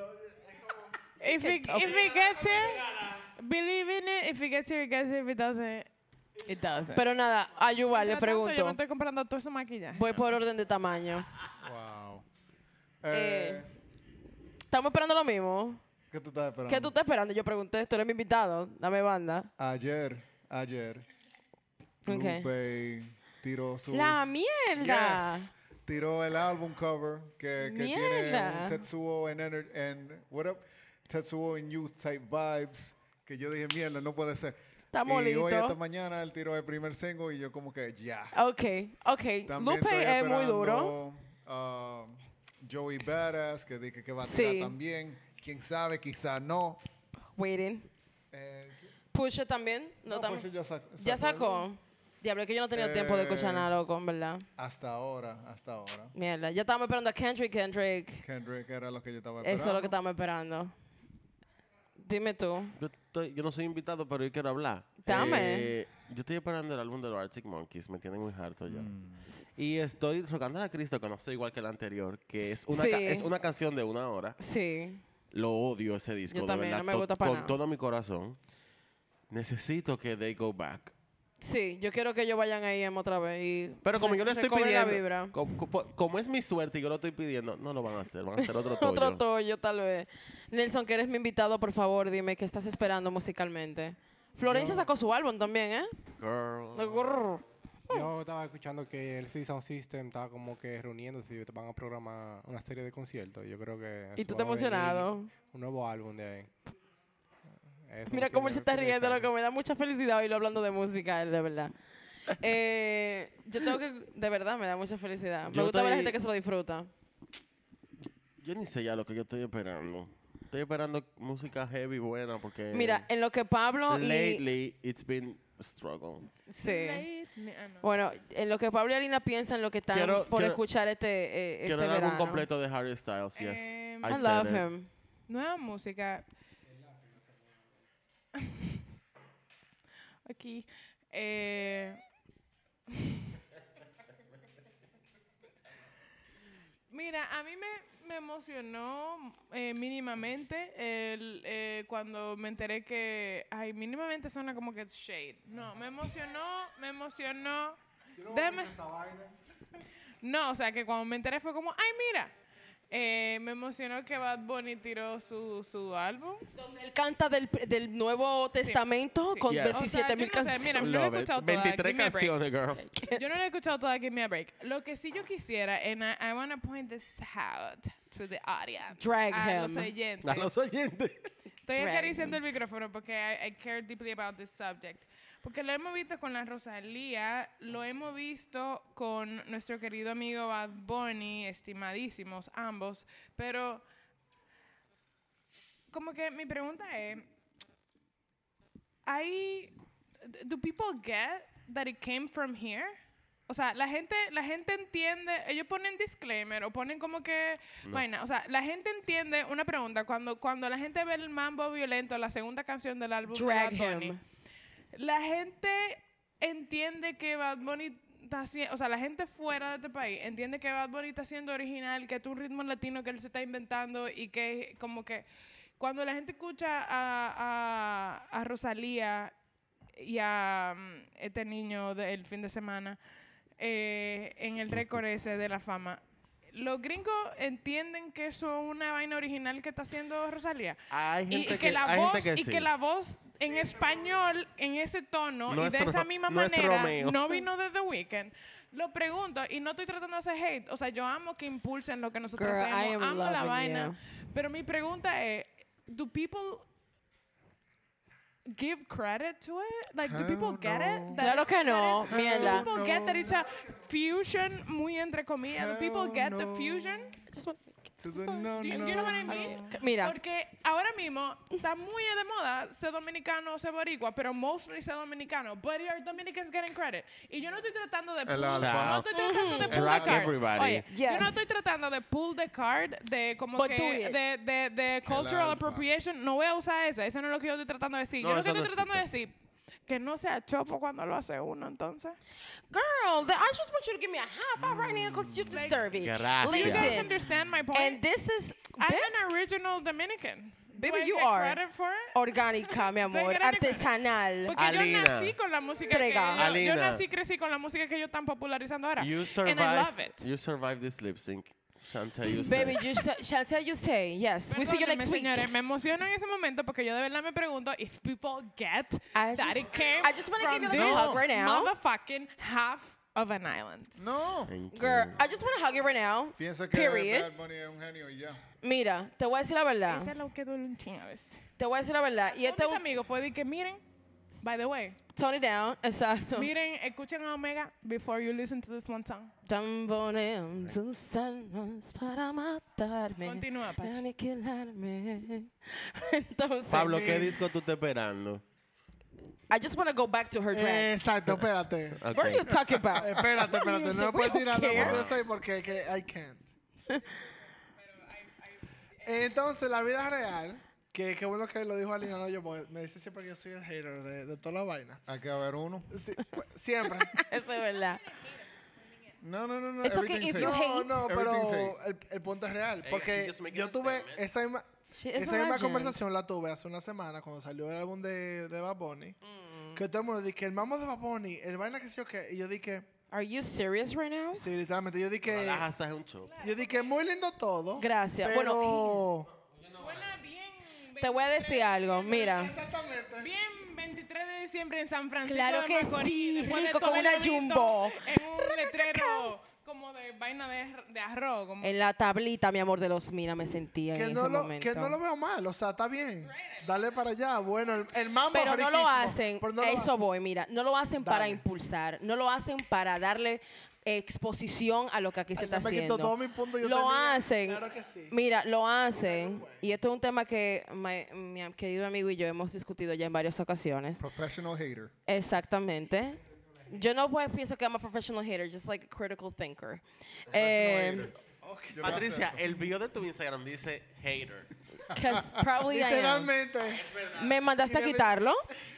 If it, if it gets here, believe in it. If it gets here, it gets here. If it doesn't, it doesn't. Pero nada, a Yuval le Mientras tanto, Yo me pregunto. estoy comprando todo su maquillaje. Voy por orden de tamaño. Wow. Eh, Eh, ¿Estamos esperando lo mismo? ¿Qué tú estás esperando? ¿Qué tú estás esperando? Yo pregunté, tú eres mi invitado, dame banda. Ayer, ayer, Ok. Lupe tiró su... ¡La mierda! Yes. Tiró el álbum cover que, que tiene Mierda. un Tetsuo en, ener- en what up? Tetsuo en youth type vibes. Que yo dije, mierda, no puede ser. Está y molito. hoy esta mañana él tiró el primer single y yo como que ya. Ok, ok. También Lupe estoy es muy duro. esperando, ah, Joey Badass, que dije que va a Sí. tirar también. Quién sabe, quizá no. Waiting. Eh, Pusha también. No, no, tam- pues ya, sac- ya el- sacó. Diablo, es que yo no he tenido tiempo de escuchar Eh, nada, loco, en verdad. Hasta ahora, hasta ahora. Mierda, ya estábamos esperando a Kendrick, Kendrick. Kendrick era lo que yo estaba esperando. Eso es lo que estábamos esperando. Dime tú. Yo, estoy- yo no soy invitado, pero yo quiero hablar. Dame. Eh, yo estoy esperando el álbum de los Arctic Monkeys, me tienen muy harto ya. Mm. Y estoy rogando a Cristo que no sea igual que el anterior, que es una, Sí. ca- es una canción de una hora. Sí. Lo odio ese disco, Yo de también, verdad, no me to- gusta para con nada. todo mi corazón. Necesito que they go back. Sí, yo quiero que ellos vayan ahí em otra vez y Pero como re- yo le estoy recobren la pidiendo, vibra. como, como- como es mi suerte y yo lo estoy pidiendo, no lo van a hacer, van a hacer otro toyo. Otro toyo, tal vez. Nelson, que eres mi invitado, por favor, dime qué estás esperando musicalmente. Florencia sacó su álbum también, ¿eh? Girl. Grrr. Yo estaba escuchando que el City Sound System estaba como que reuniéndose y van a programar una serie de conciertos. Yo creo que... ¿Y eso tú estás va a venir emocionado? Un nuevo álbum de ahí. Eso Mira me cómo él se tiene- está tiene riendo, lo excited. que me da mucha felicidad oírlo hablando de música, él, de verdad. Eh, yo tengo que, de verdad, me da mucha felicidad. Me Yo gusta ver a la estoy- gente que se lo disfruta. Yo ni sé ya lo que yo estoy esperando. Estoy esperando música heavy buena porque... Mira, en lo que Pablo y... Lately, it's been a struggle. Sí. Late- ah, no. Bueno, en lo que Pablo y Alina piensan, lo que están Quiero- por quiero- escuchar este, eh, este Quiero el álbum verano. completo de Harry Styles, yes. Em, I I said love it. him. Nueva música. Aquí. Eh, Mira, a mí me, me emocionó eh, mínimamente el, eh, cuando me enteré que, ay, mínimamente suena como que shade. No, me emocionó, me emocionó. Déjame. No, o sea, que cuando me enteré fue como, ay, mira. Eh, me emocionó que Bad Bunny tiró su, su álbum. Donde él canta del, del Nuevo Testamento sí. con Yes. veintisiete mil O sea, yo no sé, mira, canciones. no lo he Love it. escuchado toda, veintitrés give me a break. canciones, girl. Yo no lo he escuchado toda, give me a break. Lo que sí yo quisiera, and I, I want to point this out to the audience. Drag a him. los oyentes. A los oyentes. Estoy Drag acariciando el micrófono porque I, I care deeply about this subject. Porque lo hemos visto con la Rosalía, lo hemos visto con nuestro querido amigo Bad Bunny, estimadísimos ambos, pero como que mi pregunta es, ¿hay, do people get that it came from here? O sea, la gente, la gente entiende, ellos ponen disclaimer o ponen como que vaina. O sea, la gente entiende, una pregunta, cuando, cuando la gente ve el mambo violento, la segunda canción del álbum de Drag Bad Bunny, him. la gente entiende que Bad Bunny está haciendo, o sea, la gente fuera de este país entiende que Bad Bunny está siendo original, que es un ritmo latino que él se está inventando y que como que cuando la gente escucha a, a, a Rosalía y a um, este niño del fin de semana eh, en el récord ese de la fama, los gringos entienden que eso es una vaina original que está haciendo Rosalía. Hay Y, gente y que, la hay voz gente que y sí. que la voz en español en ese tono No y es de esa Ro- misma no es manera Romeo. no vino de The Weeknd. Lo pregunto y no estoy tratando de hacer hate, o sea, yo amo que impulsen lo que nosotros Girl, I hacemos, am amo la loving vaina, you. pero mi pregunta es, do people give credit to it? Like, do people Hell get no. it? That Claro it's- que that no, it- mierda. Do people get that it's a fusion muy entre comillas? Do people Hell get the no. fusion? To the no, Do you, no. you know what I mean? Mira, Porque ahora mismo está muy de moda ser dominicano o ser boricua, pero mostly ser dominicano. But are Dominicans getting credit? Y yo no estoy tratando de El pull, alfa. no estoy tratando de pull Drag the card. everybody. Oye, yo Yes. no estoy tratando de pull the card de como But que do it. de, de, de cultural alfa. appropriation. No voy a usar esa. Eso no es lo que yo estoy tratando de decir. No, yo lo que eso estoy no tratando de existe. decir que no sea chopo cuando lo hace uno, entonces. girl, the, I just want you to give me a high five right now because you deserve it. Gracias. Do you guys Listen, understand my point? and this is I'm Be- an original Dominican. Baby, Do I you get are. credit for it? orgánica, mi amor, getting it. artesanal. Porque Alina. yo nací con la música que Trega. ellos- yo Alina. nací crecí con la música que ellos están popularizando ahora. You And I love survive. it. You survive this lip sync. Chantel, you Baby, stay. you sa- Chantel, you say yes. We see you Perdónenme, next week. señores, me emociono en ese momento porque yo de verdad me pregunto if people get I that just- it came I just wanna from give you, like, this a hug right now. motherfucking half of an island. No. Thank Girl, you. I just want to hug you right now. Piensa que Period. Bad Bunny es un genio y ya. Mira, te voy a decir la verdad. Ese es lo que duele un ching a veces. Te voy a decir la verdad. Y Uno este de mis amigos fue de que miren, by the way, Tone it down. Exacto. miren, escuchen a Omega before you listen to this one song. Tambonean sus almas para matarme. Continúa, Pachi. Aniquilarme. Entonces, Pablo, ¿qué disco tú estás esperando? I just want to go back to her drag. Exacto, espérate. What are you talking about? Espérate, espérate. Music, No me we puedes don't tirar la care. foto de eso ahí porque que I can't. Entonces, la vida real, que qué bueno que lo dijo Alina, no yo, porque me dice siempre que yo soy el hater de, de toda la vaina. Hay que haber uno. Sí, pues, siempre. Eso es verdad. No, no, no, no. It's okay everything's if you hate. hate. No, no, Everything's pero hate. el, el punto es real. Hey, Porque she just making yo a tuve statement. esa misma, She is esa a misma legend. conversación la tuve hace una semana cuando salió el álbum de, de Bad Bunny. Mm. Que todo el mundo dice que el mambo de Bad Bunny, el vaina que sí o qué. Y yo dije, Are you serious right now? sí, literalmente, yo dije, La Haza es un show. yo dije, muy lindo todo. Gracias. Pero, Bueno, Suena bien. te voy a decir algo. Mira, exactamente. Bien veintitrés de diciembre en San Francisco Claro de que Macorís, sí, después de rico, todo como el una evento, jumbo. En un letrero como de vaina de, de arroz. Como En la tablita, mi amor, de los Mina me sentía Que en no, ese lo, momento. que no lo veo mal, o sea, está bien. Dale para allá. Bueno, el, el mambo Pero no lo riquísimo, hacen, pero no a lo eso ha- voy, mira, no lo hacen para Dale. impulsar, no lo hacen para darle exposición a lo que aquí se Ay, está ya me quitó haciendo. todo mi punto, yo Lo tenía. hacen, Claro que sí. mira, lo hacen, y esto es un tema que my- mi querido amigo y yo hemos discutido ya en varias ocasiones. Professional hater. Exactamente. Yo no pues, pienso que I'm a professional hater, just like a critical thinker. Eh, Yo Patricia, el bio de tu Instagram dice hater. 'cause probably I am. Literalmente. ¿Me mandaste a quitarlo?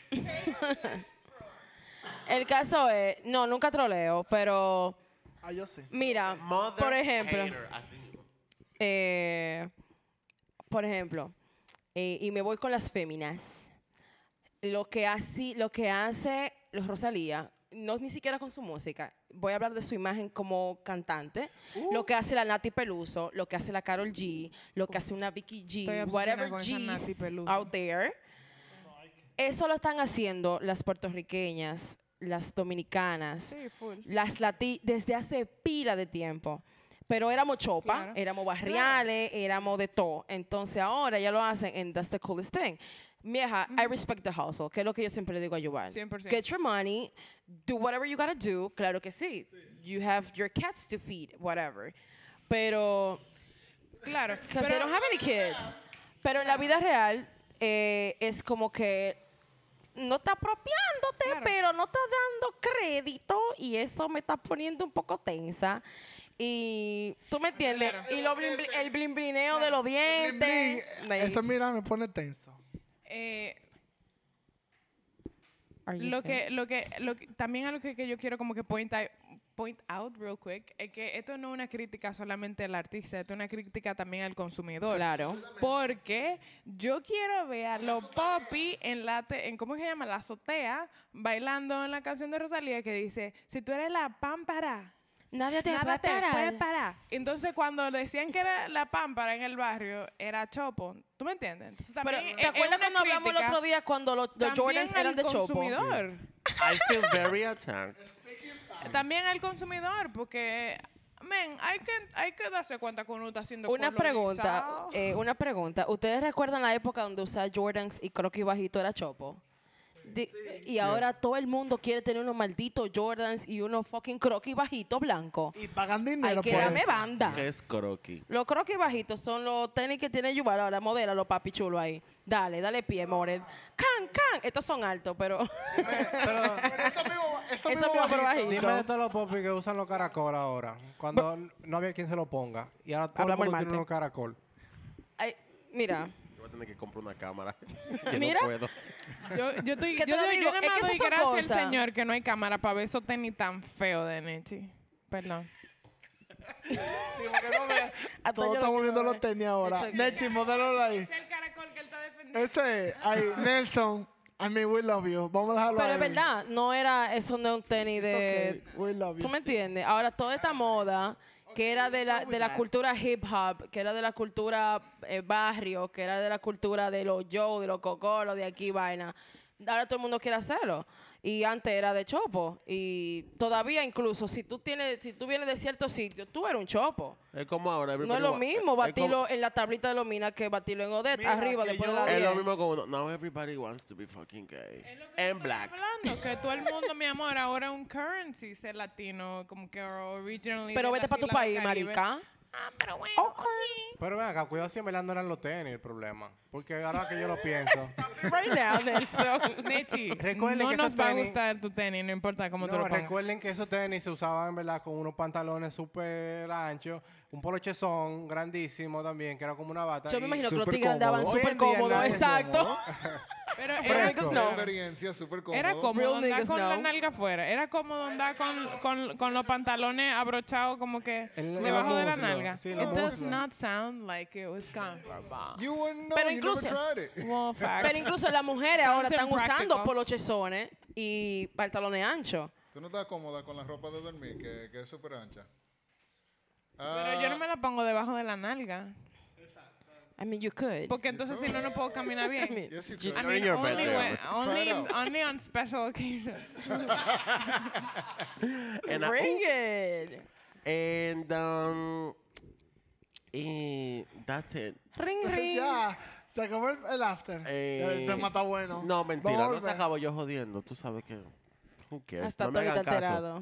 El caso es, no, nunca troleo, pero Ah, yo sí. mira, Mother por ejemplo, hater, así mismo. eh, por ejemplo, eh, y me voy con las féminas. Lo que hace, lo que hace los Rosalía, no es ni siquiera con su música. Voy a hablar de su imagen como cantante. Lo que hace la Nati Peluso, lo que hace la Karol G, lo que hace una Vicky Estoy G, obsesionada whatever con esa Nati G's Peluso. out there. Eso lo están haciendo las puertorriqueñas, las dominicanas, Sí, full. las lati desde hace pila de tiempo. Pero éramos chopa, Claro. éramos barriales, éramos de todo. Entonces ahora ya lo hacen and that's the coolest thing. Vieja, I respect the hustle, que es lo que yo siempre le digo a Yuval. cien por ciento. Get your money, do whatever you gotta do. Claro que sí. You have your cats to feed, whatever. Pero, Claro. because Pero they don't have any kids. Pero en la vida real eh, es como que no está apropiándote, Claro. pero no está dando crédito y eso me está poniendo un poco tensa. Y tú me entiendes. Y lo blin- blin- el blimblineo de los Bling, dientes. bling. me- Eso, mira, me pone tenso. eh, Are you lo que, serious? lo que, lo que, también algo que, que yo quiero como que point out, point out real quick, es que esto no es una crítica solamente al artista, esto es una crítica también al consumidor. Claro. Porque yo quiero ver a los popis en la, te- en ¿cómo se llama? La azotea, bailando en la canción de Rosalía que dice, si tú eres la pámpara, Nadie te nada puede te puede parar. parar. Entonces, cuando decían que era la pámpara en el barrio, era chopo. ¿Tú me entiendes? Entonces, Pero, también ¿te es- es acuerdas una cuando hablamos el crítica otro día cuando los, los también Jordans al eran de Chopo? consumidor. I feel very attacked. También al consumidor, porque, men, hay que, hay que darse cuenta que uno está haciendo Una pregunta, colonizado. eh, una pregunta. ¿Ustedes recuerdan la época donde usar Jordans y croquis bajito era Chopo? Di- Y ahora todo el mundo quiere tener unos malditos Jordans y unos fucking croquis bajitos blancos. Y pagan Hay dinero que por darme eso. banda. ¿Qué es croquis? Los croquis bajitos son los tenis que tiene Yuval ahora, modela, los papi chulos ahí. Dale, dale pie, more. Can, can. Estos son altos, pero... Pero Pero eso mismo, eso Eso mismo mismo, pero bajito. bajito. dime de todos los popis que usan los caracol ahora, cuando n- no había quien se lo ponga. Y ahora todo Hablamos el mundo el tiene martes. unos caracol. Ay, mira, Yo voy a tener que comprar una cámara. Yo Mira. no puedo. Yo, yo, estoy, ¿Qué te yo, lo doy- digo? yo nada Es más que doy esas son gracias al cosas. Señor que no hay cámara para ver esos tenis tan feos de Nechi. Perdón. hasta Todos yo lo estamos viendo quiero los ver. tenis ahora. It's okay. Nechi, modélalo ahí. Es el caracol que él está defendiendo. Ese, ahí, Nelson. I mean, we love you. Vamos a dejarlo Pero ahí. es verdad, no era eso no es un tenis It's de... okay. We love you. ¿Tú me still. entiendes? Ahora, toda esta moda que era de la, de la cultura hip hop, que era de la cultura eh, barrio, que era de la cultura de los Joe, de los cocolos, de aquí vaina. Ahora todo el mundo quiere hacerlo. Y antes era de chopo. Y todavía incluso, si tú tienes, si tú vienes de cierto sitio, tú eres un chopo. Es como ahora. No es everybody lo wa- mismo es como- batirlo en la tablita de los minas que batirlo en Odette, Mira, arriba, que después yo- de la Es lo diez. mismo como, now everybody wants to be fucking gay. Es lo que yo And estoy black. hablando, que todo el mundo, mi amor, ahora es un currency ser latino, como que originally. Pero de vete las para tu islas del país, Caribe. marica. Ah, pero bueno. Ok. Pero ven acá, cuidado si en verdad no eran los tenis el problema. Porque ahora que yo lo pienso. Right now, Nelson. Nechi, Recuerden no que nos esos va a tenis- gustar tu tenis, no importa cómo tú No, lo pongas. recuerden que esos tenis se usaban en verdad con unos pantalones súper anchos, un polochezón grandísimo también, que era como una bata. Yo me y- imagino que los súper tigres andaban cómodo. Hoy súper en día cómodos, nadie es exacto. Pero Fresco. era, Niggas Una know. experiencia súper cómodo. era cómodo Real andar niggas con la know. nalga afuera. Era cómodo andar con, con, con los pantalones abrochados como que En la- debajo de la muslo. nalga. Sí, en la It does muslo. not sound like it was comfortable. You wouldn't know. Pero you incluso- never tried it. Well, facts. Pero incluso las mujeres ahora Sounds están usando impractical. polochezones y pantalones anchos. ¿Tú no estás cómoda con la ropa de dormir, que, que es súper ancha? Pero yo no me la pongo debajo de la nalga. I mean, you could. Porque entonces si no, no puedo caminar I bien. mean, Yes, you you- could. I You're in mean, your only, bed there. when, only, it out. only on special occasions. And, I- Bring it. and um, y that's it. Ring, ring. Ya, se acabó el, el after. Eh, el tema está bueno. No, mentira, Vamos a no se volver. acabo yo jodiendo. Tú sabes que. Who cares? Hasta no me todo hagan caso. alterado.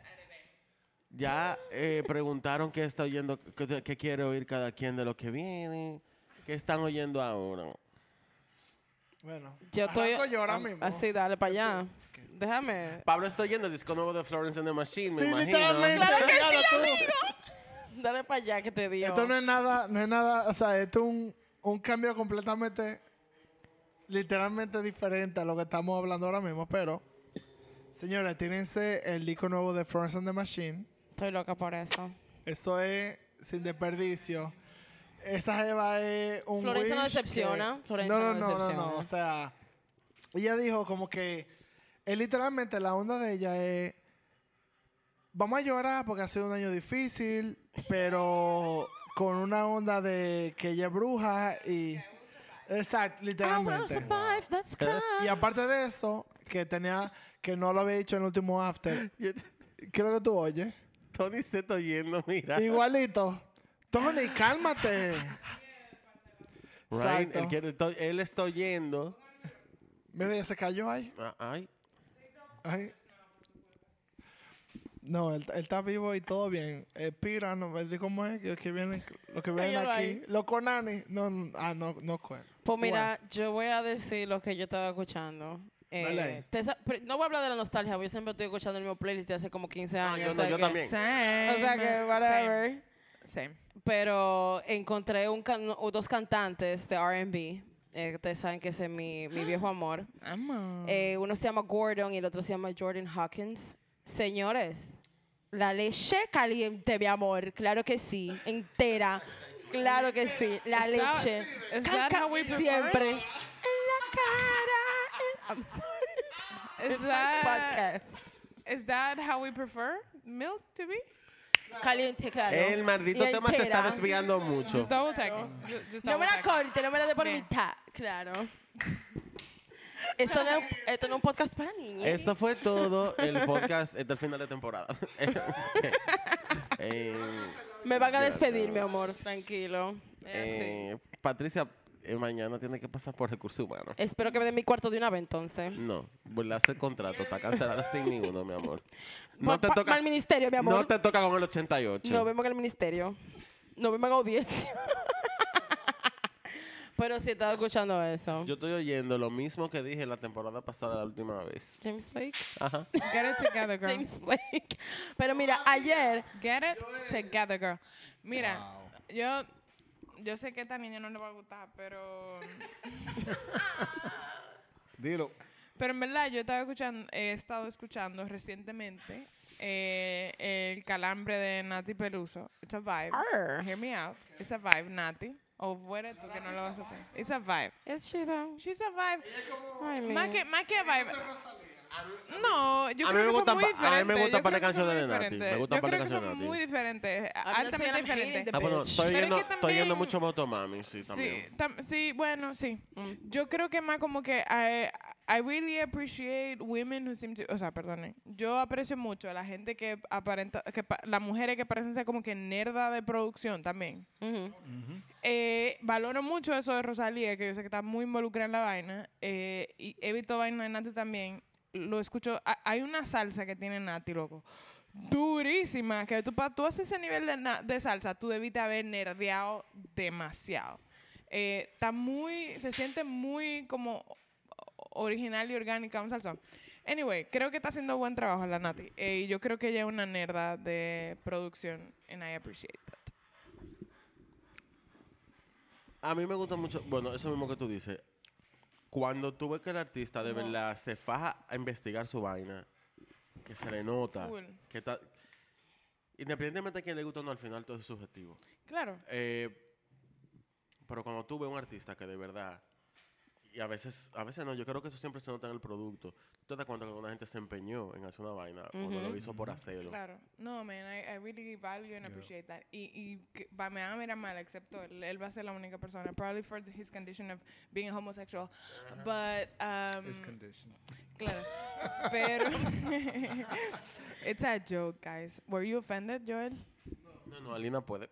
Ya eh, preguntaron qué está oyendo, qué, qué quiere oír cada quien de lo que viene, qué están oyendo ahora. Bueno, Yo estoy. arranco yo ahora am- mismo. Así, dale para allá. Déjame. Pablo está oyendo el disco nuevo de Florence and the Machine, me Sí, imagino. literalmente. Claro que fíjate sí, tú. amigo. Dale para allá que te dio. Esto no es nada, no es nada, o sea, esto es un, un cambio completamente, literalmente diferente a lo que estamos hablando ahora mismo, pero, señores, tírense el disco nuevo de Florence and the Machine. Estoy loca por eso. Eso es sin desperdicio. Esa jeva es un Florencia no wish decepciona, que- Florencia no, no no, no, no, decepciona. no, o sea, ella dijo como que, es literalmente la onda de ella es, vamos a llorar porque ha sido un año difícil, pero con una onda de que ella es bruja y, exacto, I will literalmente. survive, let's cry. Y aparte de eso, que tenía, que no lo había dicho en el último after, quiero que tú oyes. Tony se está oyendo, mira. Igualito. Tony, cálmate. Ryan, Exacto. él, quiere- to- él está oyendo. Mira, ya se cayó ahí. Ah, Ay, Ay. No, él, él está vivo y todo bien. Eh, Pira, no, ¿ves cómo es? Que, que vienen, los que vienen Óyelo aquí. ahí. Los Conani. No, no, ah, no, no cuenta. Pues mira, yo voy a decir lo que yo estaba escuchando. Eh, Dale ahí. te sa- pero no voy a hablar de la nostalgia, porque yo siempre estoy escuchando el mismo playlist de hace como quince Ah, años. yo o no, sea yo que- también. Same. O sea que, whatever. Same. Pero encontré un can- o dos cantantes de R and B. Eh, ustedes saben que ese es mi, mi viejo amor. Amo. Eh, uno se llama Gordon y el otro se llama Jordan Hawkins. Señores, la leche caliente, mi amor. Claro que sí. Entera. Claro que sí. La Is that- leche. is Ca- that ca- how we prefer siempre. it? En la cara. en- I'm sorry. Is It's my that podcast. is that how we prefer milk to be? Caliente, claro. el maldito Y tema se está entera. desviando mucho. Just double checking. Ju- Just No double me la checking. corte, no me la dé por Bien. mitad. Claro. Esto no, es- esto no es un podcast para niños. Esto fue todo el podcast del final de temporada. Eh, Me van a Ya, despedir, ya. mi amor. Tranquilo. Es así. eh, Patricia, eh, mañana tiene que pasar por recursos humanos. Espero que me den mi cuarto de una vez, entonces. No, vuelve a hacer contrato, está cancelada sin ninguno, mi amor. No Pa- te pa- toca, Al ministerio, mi amor. no te toca con el ochenta y ocho. Nos vemos en el ministerio. Nos vemos en audiencia. Pero sí, estaba escuchando eso. Yo estoy oyendo lo mismo que dije la temporada pasada, la última vez. James Blake. Ajá. Get it together, girl. James Blake. Pero mira, ayer... Get it together, girl. Mira, yo yo sé que a esta niña no le va a gustar, pero Dilo. pero en verdad yo estaba escuchando, he estado escuchando recientemente eh, el calambre de Nati Peluso. It's a vibe. Arr. Hear me out. It's a vibe, Nati. O fuera tú que no lo vas a hacer. It's a vibe. Es chida. She's a vibe. Ay, Más mi- que, más que vibe. No, yo A mí creo me que son gustan muy pa- a mí me diferentes. gustan Yo par de creo que son canciones muy de Nati. Me diferentes. gustan Yo par de creo que canciones son de Nati. muy diferentes, I'm not altamente saying I'm hating diferentes. the Ah, bueno, bitch. estoy Pero es oyendo, que estoy oyendo también- mucho Motomami, sí, Sí, también. tam- sí, bueno, sí. Mm. Yo creo que más como que I, I really appreciate women who seem to, o sea, perdone, yo aprecio mucho a la gente que aparenta, que pa- las mujeres que parecen ser como que nerda de producción también. Ujú. Eh, valoro mucho eso de Rosalía, que yo sé que está muy involucrada en la vaina, eh, y he visto vaina de Nati también. Lo escucho, ha- hay una salsa que tiene Nati, loco. Durísima, que tú para tú haces ese nivel de, na- de salsa, tú debiste haber nerdeado demasiado. Eh, está muy, se siente muy como original y orgánica un salsón. Anyway, creo que está haciendo buen trabajo la Nati. Eh, y yo creo que ella es una nerda de producción, and I appreciate that. A mí me gusta mucho, bueno, eso mismo que tú dices. Cuando tú ves que el artista de verdad se faja a investigar su vaina, que se le nota, Full. que está... Independientemente de quién le gusta o no, al final todo es subjetivo. Claro. Eh, pero cuando tú ves un artista que de verdad, y a veces, a veces no, yo creo que eso siempre se nota en el producto. Tú te das cuenta que una gente se empeñó en hacer una vaina o no lo Ujú. hizo por hacerlo. Claro. No, man, I, I really value and appreciate that. Y, y que- va, me van a mirar mal, excepto él. Él va a ser la única persona. Probably for his condition of being a homosexual. But, um, His condition. claro. Pero, it's a joke, guys. Were you offended, Joel? No, no, Alina puede.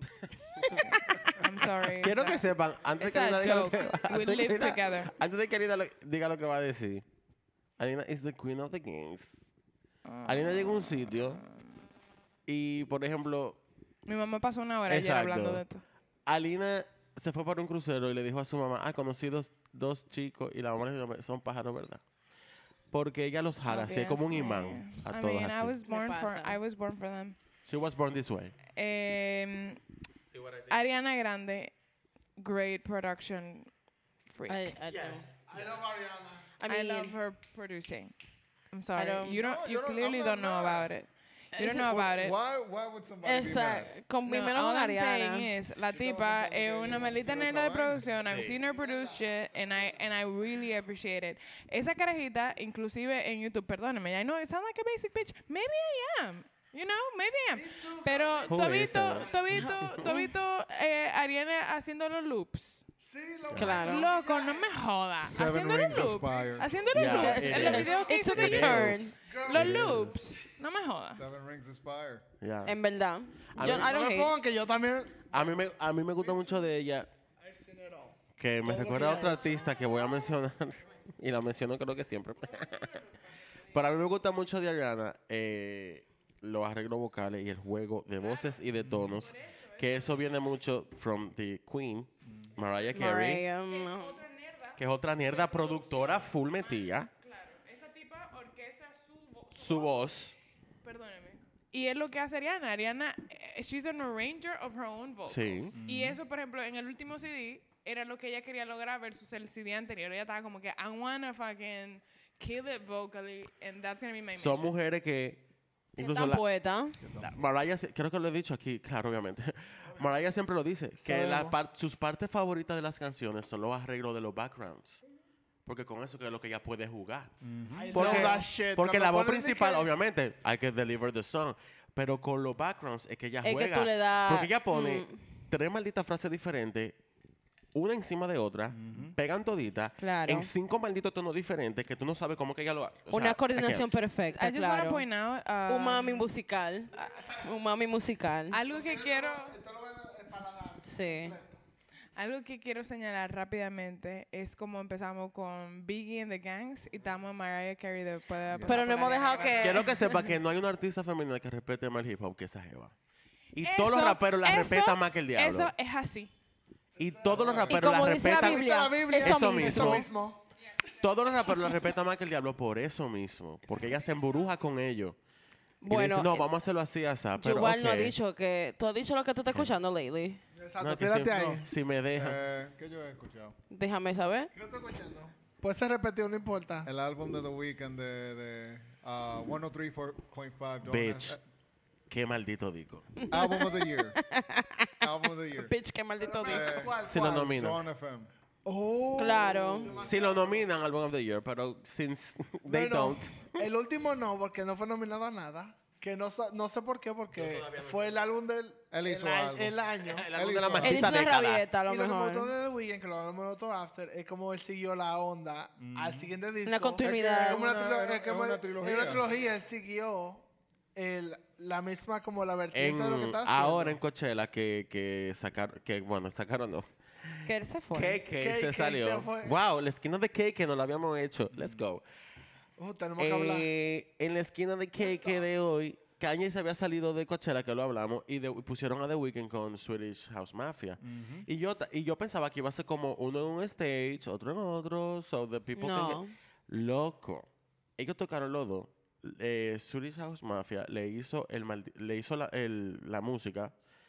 I'm sorry. Quiero que That- sepan, antes It's de que Alina a diga lo que, joke. antes We de que live Alina- together. antes de que Alina lo- diga lo que va a decir, Alina is the queen of the games. Alina llegó a un sitio y, por ejemplo, Mi mamá pasó una hora ayer Exacto. hablando de esto. Alina se fue para un crucero y le dijo a su mamá, ah, conocí dos, dos chicos y la mamá le dijo, son pájaros, ¿verdad? Porque ella los jala, así es como un imán a I todos mean, I así. was born for pasa. I was born for them. She was born this way. Em, Ariana Grande, great production freak. I, I do. I love Ariana. I I, mean, love her producing. I'm sorry. don't- you don't. No, you yo no- clearly I'm don't not know mad. about it. You don't Wh- know about it. Why, why would somebody be mad? Exacto. Con mi No, menos all con I'm Ariana. saying is, la Yo estaba tipa pensando es que una ella maldita hacía nena otra de vaina. producción. I've Sí. seen her produce shit, and I and I really appreciate it. Esa carajita, inclusive en YouTube, perdóneme, I know it sounds like a basic bitch. Maybe I am. You know, maybe I am. Pero Who is tobito, that? tobito, tobito, eh, Ariana haciendo los loops. Sí, lo Claro. Loco, no me jodas. Seven Haciendo los Rings of loops. Fire. Haciendo los Yeah, loops. it En los is. videos que It hizo took de a It turn. is. Los It loops. No me jodas. Seven Rings is fire. Yeah. En verdad. A Yo, mí- I No don't me hate. pongan que yo también. A mí, me, a mí me gusta mucho de ella I've seen it all. que me Todo lo recuerda que a otra ha artista que voy a mencionar y la menciono creo que siempre. Pero a mí me gusta mucho de Ariana eh, los arreglos vocales y el juego de voces y de tonos, que eso viene mucho from the Queen, Mariah Carey, Mariah, no. Otra mierda. que es otra mierda productora full metida, Claro, esa tipa orquesta su voz. su voz. Perdóneme. Y es lo que hace Ariana. Ariana, eh, she's an arranger of her own vocals. Sí. Y eso, por ejemplo, en el último C D, era lo que ella quería lograr versus el C D anterior. Ella estaba como que, I wanna fucking kill it vocally, and that's gonna be my Son mission. mujeres que Que incluso tan la, poeta. la- Mariah, se- creo que lo he dicho aquí, claro, obviamente. Mariah siempre lo dice, que la Sabemos. par- sus partes favoritas de las canciones son los arreglos de los backgrounds. Porque con eso que es lo que ella puede jugar. I Porque, love that shit. porque Cuando la voz ponen de principal, que- obviamente, hay que deliver the song. Pero con los backgrounds es que ella Es que juega. tú le das, Porque ella pone mm. tres malditas frases diferentes, una encima de otra, pegan toditas, Claro. en cinco malditos tonos diferentes que tú no sabes cómo que ella lo hace. O Una sea, coordinación I can't. perfecta, I just wanna claro. point out, um, Un mami musical. Un mami musical. algo que quiero... Esto lo ven en paladar. Sí. Algo que quiero señalar rápidamente es como empezamos con Biggie and the Gangs y estamos en Mariah Carey después de pasar Pero por no hemos Ariana dejado Grande. que... Quiero que sepa que no hay una artista femenina que respete más el hip hop que esa jeva. Y todos los Eso- raperos la eso- respetan más que el diablo. Eso es así. Y todos los Y raperos la como dice la respetan. Biblia, Dice la Biblia. eso, Eso mismo. Eso mismo. mismo. Todos los raperos la respetan más que el diablo por eso mismo. Porque ella se embruja con ellos. Y le Bueno, dice, no, eh, vamos a hacerlo así, así. Pero, Yuval no ha ok. dicho que... ¿Tú has dicho lo que tú estás escuchando lately? Exacto, No, que tírate si, ahí. no, si me deja. Eh, ¿Qué yo he escuchado? Déjame saber. ¿Qué estoy escuchando? Puede ser repetido, no importa. El álbum de The Weeknd de, de uh, ciento tres punto cinco. Bitch. Qué maldito digo. Album of the Year. Album of the Year. Bitch, qué maldito digo. Eh, ¿Cuál? Si lo cuál? nominan. Dawn F M. Oh. Claro. Si lo nominan Album of the Year, pero since they No, no. don't. El último no, porque no fue nominado a nada. Que no, sa- no sé por qué, porque fue el álbum del Él hizo el, a- algo. el año. El álbum de la hizo- Él hizo maldita una década. rabieta, a lo Y lo que me mejor. gustó de The Weeknd, que lo hablamos de todo after, es como él siguió la onda al siguiente disco. Una continuidad. Es como una, Una- trilo- era- es como- es una es trilogía. una trilogía. Él siguió el, la misma como la vertiente En, de lo que está haciendo. ahora en Coachella que, que sacaron, que bueno, sacaron no. Que él se fue. K K K K se salió. se fue. Wow, la esquina de K K no la habíamos hecho. Let's go. Uh, tenemos que hablar. Eh, en la esquina de K K de hoy, Kanye se había salido de Coachella, que lo hablamos, y, de- y pusieron a The Weeknd con Swedish House Mafia. y, yo, ta- y yo pensaba que iba a ser como uno en un stage, otro en otro, so the people can No. get- Loco. Ellos tocaron los dos. Eh, Swedish House Mafia le hizo, el maldi- le hizo la, el- la música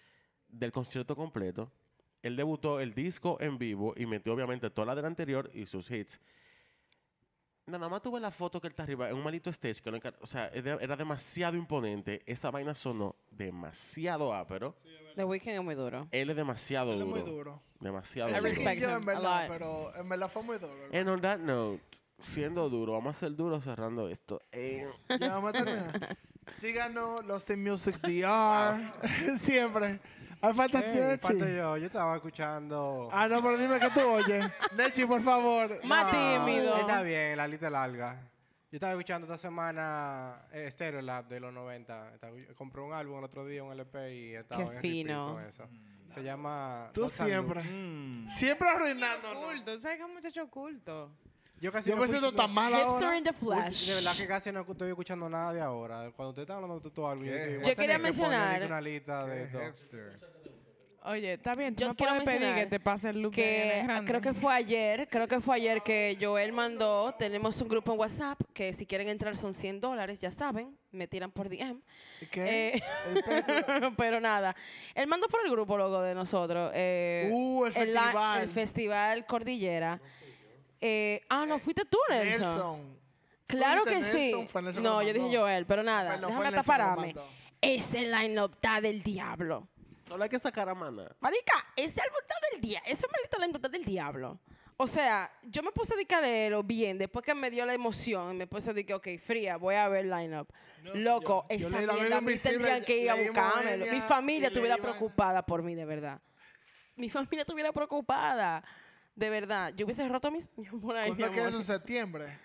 del concierto completo. Él debutó el disco en vivo y metió obviamente toda la del anterior y sus hits. Nada más tuve la foto que él está arriba en un maldito stage. Que no encar- o sea, era, era demasiado imponente. Esa vaina sonó demasiado ápero. The Weeknd es muy duro. Él es demasiado Él es duro. muy duro. Demasiado I Él duro. se respect quilló, him en a verdad, lot. pero en verdad fue muy duro. And on that note, siendo duro, vamos a ser duros cerrando esto. Eh, Ya vamos a terminar. Síganos, Lost in Music D R. Siempre. Hay falta Hey, Nechi. falta yo. Yo estaba escuchando... Ah, no, pero dime que tú oyes. Nechi, por favor. Más tímido. Está bien, la lista es larga. Yo estaba escuchando esta semana eh, Stereolab de los noventa. Estaba- compré un álbum el otro día, un L P, y estaba Qué en repeat fino. con eso. Se llama... Tú Dots and siempre. Loops. Mm. Siempre arruinándonos. Culto. ¿Sabes qué es un muchacho oculto? Yo casi Yo no me siento escucho- tan mal Hipster ahora. in the Uy, Flash. De verdad que casi no estoy escuchando nada de ahora. Cuando usted está hablando de todo algo, yo, ¿Qué? digo, Yo voy a quería tener que poner mencionar una lista de Qué esto. hipster. Oye, está bien. Tú Yo no quiero puedes pedir mencionar que te pase el loop de Que Ariana Grande. creo que fue ayer, creo que fue ayer que Joel mandó, tenemos un grupo en WhatsApp que si quieren entrar son cien dólares, ya saben, me tiran por D M. ¿Qué? Eh, El Petro. pero nada, él mandó por el grupo logo de nosotros. eh, Uh, el el, la- festival. el festival Cordillera. Eh, ah, no, fuiste tú, Nelson. Nelson. Claro ¿Tú que dijiste sí. Nelson? Fue Nelson que No, lo yo dije mandó. Joel, pero nada, Bueno, fue déjame Nelson que lo taparme. mandó. Ese line-up está del diablo. Solo hay que sacar a Mana. Marica, ese álbum está del día, ese maldito line-up está del diablo. O sea, yo me puse a dedicarlo bien después que me dio la emoción. Me puse a decir, ok, fría, voy a ver el line-up. Loco, yo- yo esa leí la mierda, Amigo a mí Invisible, tendrían que ir a leí buscármelo. Moenia Mi familia y estuviera leí vaina. preocupada por mí, de verdad. Mi familia estuviera preocupada. De verdad. Yo hubiese roto mis... mi amor ahí, mi ¿Cuándo es que es amor. eso? ¿En septiembre?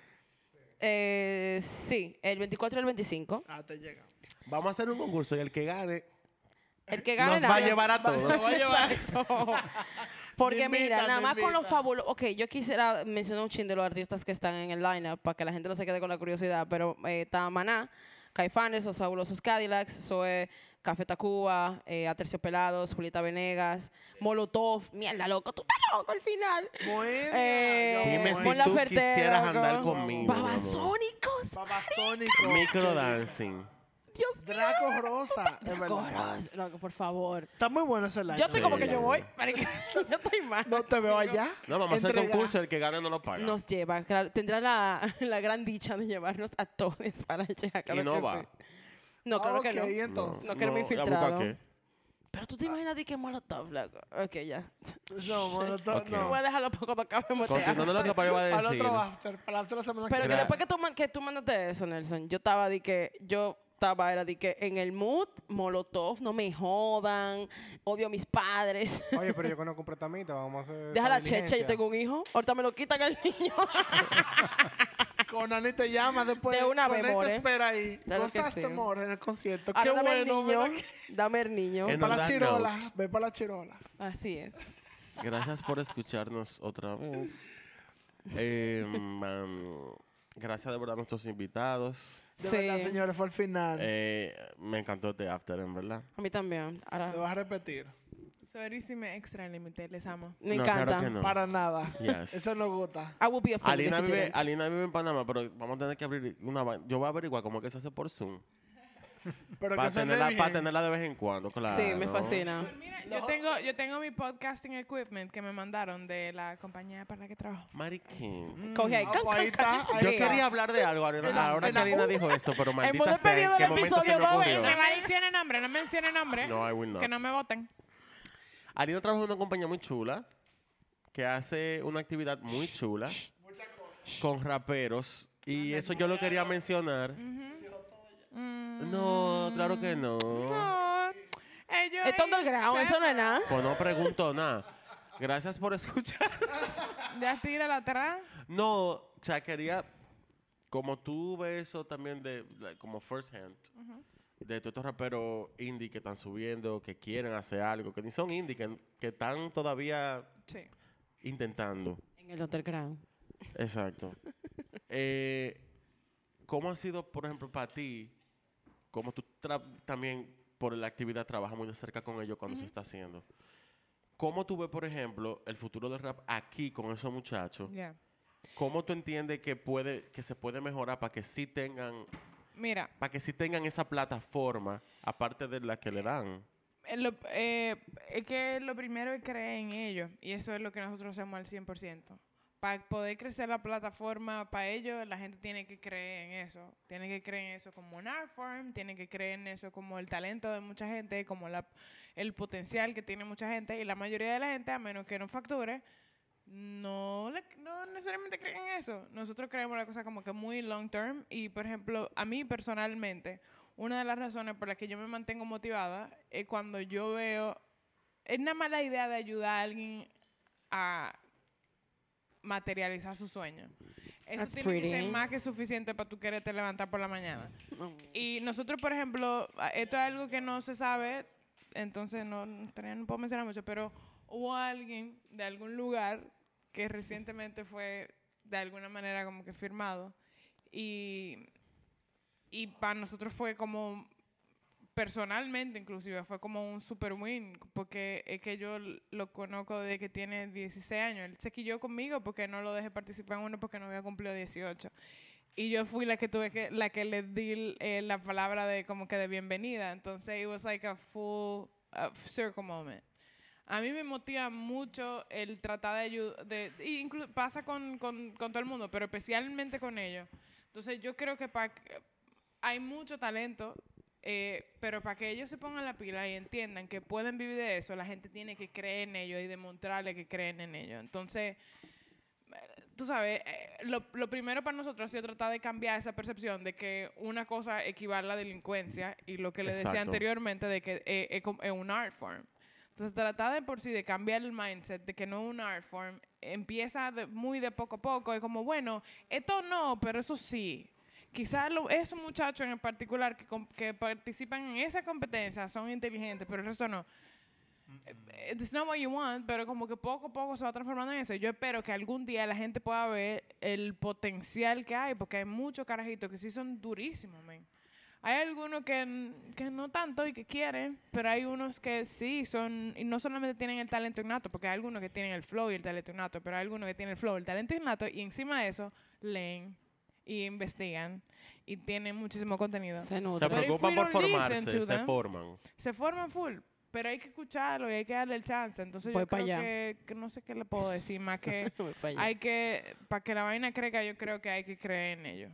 Eh, sí, el veinticuatro y el veinticinco. Ah, te llega. Vamos a hacer un concurso y el que gane El que gane nos va a nada. llevar a todos. Lo va a llevar. Exacto. Porque Me mira, invitan, nada me más con los invitan. fabulosos... Ok, yo quisiera mencionar un chin de los artistas que están en el lineup para que la gente no se quede con la curiosidad, pero eh, está Maná, Caifanes, Los Fabulosos Cadillacs, Zoe, Café Tacuba, eh, Aterciopelados, Julieta Venegas, Molotov. Mierda, loco, tú estás loco al final. Moenia. Eh, Dime Yo, si Mon tú Laferte, quisieras andar loco. conmigo. mi amor. Babasónicos. Babasónico. Microdancing. Dios mío. Draco Rosa. Es verdad. Coros, loco, por favor. Está muy bueno ese live. Yo estoy como Sí. que yo voy. marica, yo estoy mal. No te veo allá. No, vamos a hacer Entrega. concurso, el que gane no lo paga. Nos lleva, claro, tendrá la, la gran dicha de llevarnos a todos para allá. Claro Y no que va. sí. No, claro Ok, que no. ¿y entonces? No quiero ¿y a infiltrado. buscar qué? Pero tú te imaginas de qué Molotov, loco. Ok, ya. No, Molotov, Ok. no. Voy a dejarlo para cuando acabemos de Continuando lo que Payo va a Para el decir. otro after. Para la otra semana Pero que que Gra- después que tú, man- que tú mandaste eso, Nelson, yo estaba de que, yo estaba, era de que en el mood, Molotov, no me jodan, odio a mis padres. Oye, pero yo conozco un pretamita, vamos a hacer. Deja esa la checha, yo diligencia. tengo un hijo. Ahorita me lo quitan al niño. Conani te llama después. De una vez, Conani more. te espera ahí. Claro que Gozaste, sí. more, en el concierto. Ahora Qué dame bueno. el niño. ¿verdad que- Dame el niño. En- Para la on that chirola. note. Ve para la chirola. Así es. Gracias por escucharnos otra vez. Eh, um, gracias de verdad a nuestros invitados. De Sí. verdad, señores, fue al final. Eh, me encantó este after, en verdad. A mí también. Ahora, Se va a repetir. Sorísime Extra Límite, les amo. me No, encanta. claro que no. Para nada. Yes. Eso nos gusta. I will be offended Alina if you vive, didn't. Alina vive en Panamá, pero vamos a tener que abrir una... va- Yo voy a averiguar cómo es que se hace por Zoom. Pero Para que suene tenerla, bien. para tenerla de vez en cuando, claro. Sí, me fascina. Mira, yo tengo, yo tengo mi podcasting equipment que me mandaron de la compañía para la que trabajo. Mari King. Coge ahí. Ah, Can, pues ahí can, está, can, ahí Yo está. quería hablar de algo, Alina- En la- ahora en que la- Alina dijo eso, pero maldita Hemos despedido sea, ¿en qué el momento se me episodio dos ocurrió? veces. No mencione nombre, no mencione nombre. No, I will not. Que no me voten. Alina trabaja en una compañía muy chula que hace una actividad muy chula con raperos y eso yo lo quería mencionar. No, claro que no. No. Ellos Es todo el ground, eso no es nada. Pues no pregunto nada. Gracias por escuchar. Ya tira atrás. No, o sea, quería, como tú ves eso también de, like, como first hand, de todos estos raperos indie que están subiendo, que quieren hacer algo, que ni son indie, que, que están todavía Sí. En intentando. el Underground. Exacto. Eh, ¿Cómo ha sido, por ejemplo, para ti, como tú tra- también por la actividad trabajas muy de cerca con ellos cuando se está haciendo? ¿Cómo tú ves, por ejemplo, el futuro del rap aquí con esos muchachos? Ya. ¿Cómo tú entiendes que puede, que se puede mejorar para que sí tengan, Mira, para que sí tengan esa plataforma, aparte de la que le dan? eh, lo- eh, es que lo primero es creer en ellos. Y eso es lo que nosotros hacemos al cien por ciento. para poder crecer la plataforma, para ellos la gente tiene que creer en eso. Tiene que creer en eso como un art form, tiene que creer en eso como el talento de mucha gente, como la, el potencial que tiene mucha gente. Y la mayoría de la gente, a menos que no facture, no, le, no necesariamente creen en eso. Nosotros creemos la cosa como que muy long term. Y, por ejemplo, a mí personalmente, una de las razones por las que yo me mantengo motivada es cuando yo veo... Es una mala idea de ayudar a alguien a materializar su sueño. Eso That's tiene pretty. que ser más que suficiente para tú quererte levantar por la mañana. Y nosotros, por ejemplo, esto es algo que no se sabe, entonces no, no puedo mencionar mucho, pero hubo alguien de algún lugar que recientemente fue de alguna manera como que firmado y, y para nosotros fue como... personalmente inclusive fue como un super win porque es que yo lo conozco desde que tiene dieciséis años. Él se quilló conmigo porque no lo dejé participar en uno porque no había cumplido dieciocho. Y yo fui la que tuve que, la que le di eh, la palabra de como que de bienvenida. Entonces it was like a full uh, circle moment. A mí me motiva mucho el tratar de ayudar, de, y inclu- pasa con, con, con todo el mundo, pero especialmente con ellos. Entonces yo creo que pa, hay mucho talento. Eh, pero para que ellos se pongan la pila y entiendan que pueden vivir de eso, la gente tiene que creer en ellos y demostrarle que creen en ellos. Entonces, tú sabes, eh, lo, lo primero para nosotros ha sido tratar de cambiar esa percepción de que una cosa equivale a la delincuencia y lo que le decía Exacto. anteriormente de que eh, es, com- es un art form. Entonces, tratar de por sí de cambiar el mindset de que no es un art form empieza de, muy de poco a poco. Es como, bueno, esto no, pero eso sí. Quizás lo, esos muchachos en particular que, com- que participan en esa competencia son inteligentes, pero el resto no. Eh, It's not what you want, pero como que poco a poco se va transformando en eso. Yo espero que algún día la gente pueda ver el potencial que hay, porque hay muchos carajitos que sí son durísimos, man. Hay algunos que, n- que no tanto y que quieren, pero hay unos que sí son, y no solamente tienen el talento innato, porque hay algunos que tienen el flow y el talento innato, pero hay algunos que tienen el flow, el talento innato, y encima de eso leen y investigan y tienen muchísimo contenido. Se Se nutre. Pero if preocupan we por don't listen formarse, to se them- forman. Se forman full, pero hay que escucharlo y hay que darle el chance. Entonces Voy yo pa' creo allá. que, que no sé qué le puedo decir, más que Voy pa' allá. hay que, para que la vaina crezca, yo creo que hay que creer en ello.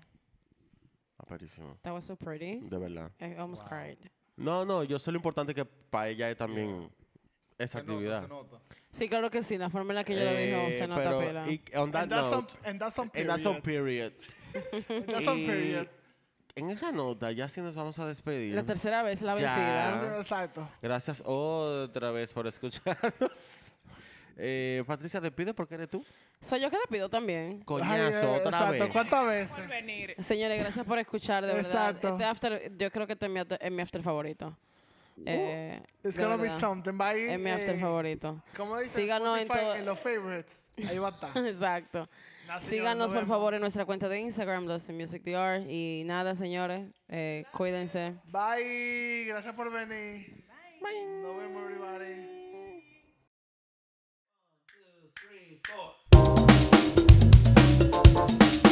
Aperísimo. That was so pretty. De verdad. I almost cried. No, no, yo sé lo importante que para ella es también esa Se nota, actividad. se nota. Sí, claro que sí. La forma en la que yo lo dijo Eh, se nota pero, pila. y on that And that's some, note, and that's some and that's some period. period. And that's some Y period. en esa nota, ya sí nos vamos a despedir. La tercera vez la Ya. vencida. Exacto. Gracias otra vez por escucharnos. Eh, Patricia, te pide porque eres tú. Soy yo que le pido también. Coñazo, Ay, eh, otra exacto. vez. ¿Cuántas Por veces? venir. Señores, gracias por escuchar, de verdad. Exacto. Este after, yo creo que este es mi, after- es mi after favorito. Eh, It's de gonna be verdad. something. Va a ir, Es mi after eh, favorito. ¿Cómo dice? Síganos en Spotify, todo- en los favorites. Ahí va a estar. Exacto. Nada, señores, Síganos, nos por vemos. favor, en nuestra cuenta de Instagram, Dustin Music D R. Y nada, señores, eh, cuídense. Bye. Gracias por venir. Bye. Nos vemos, everybody. Three, four.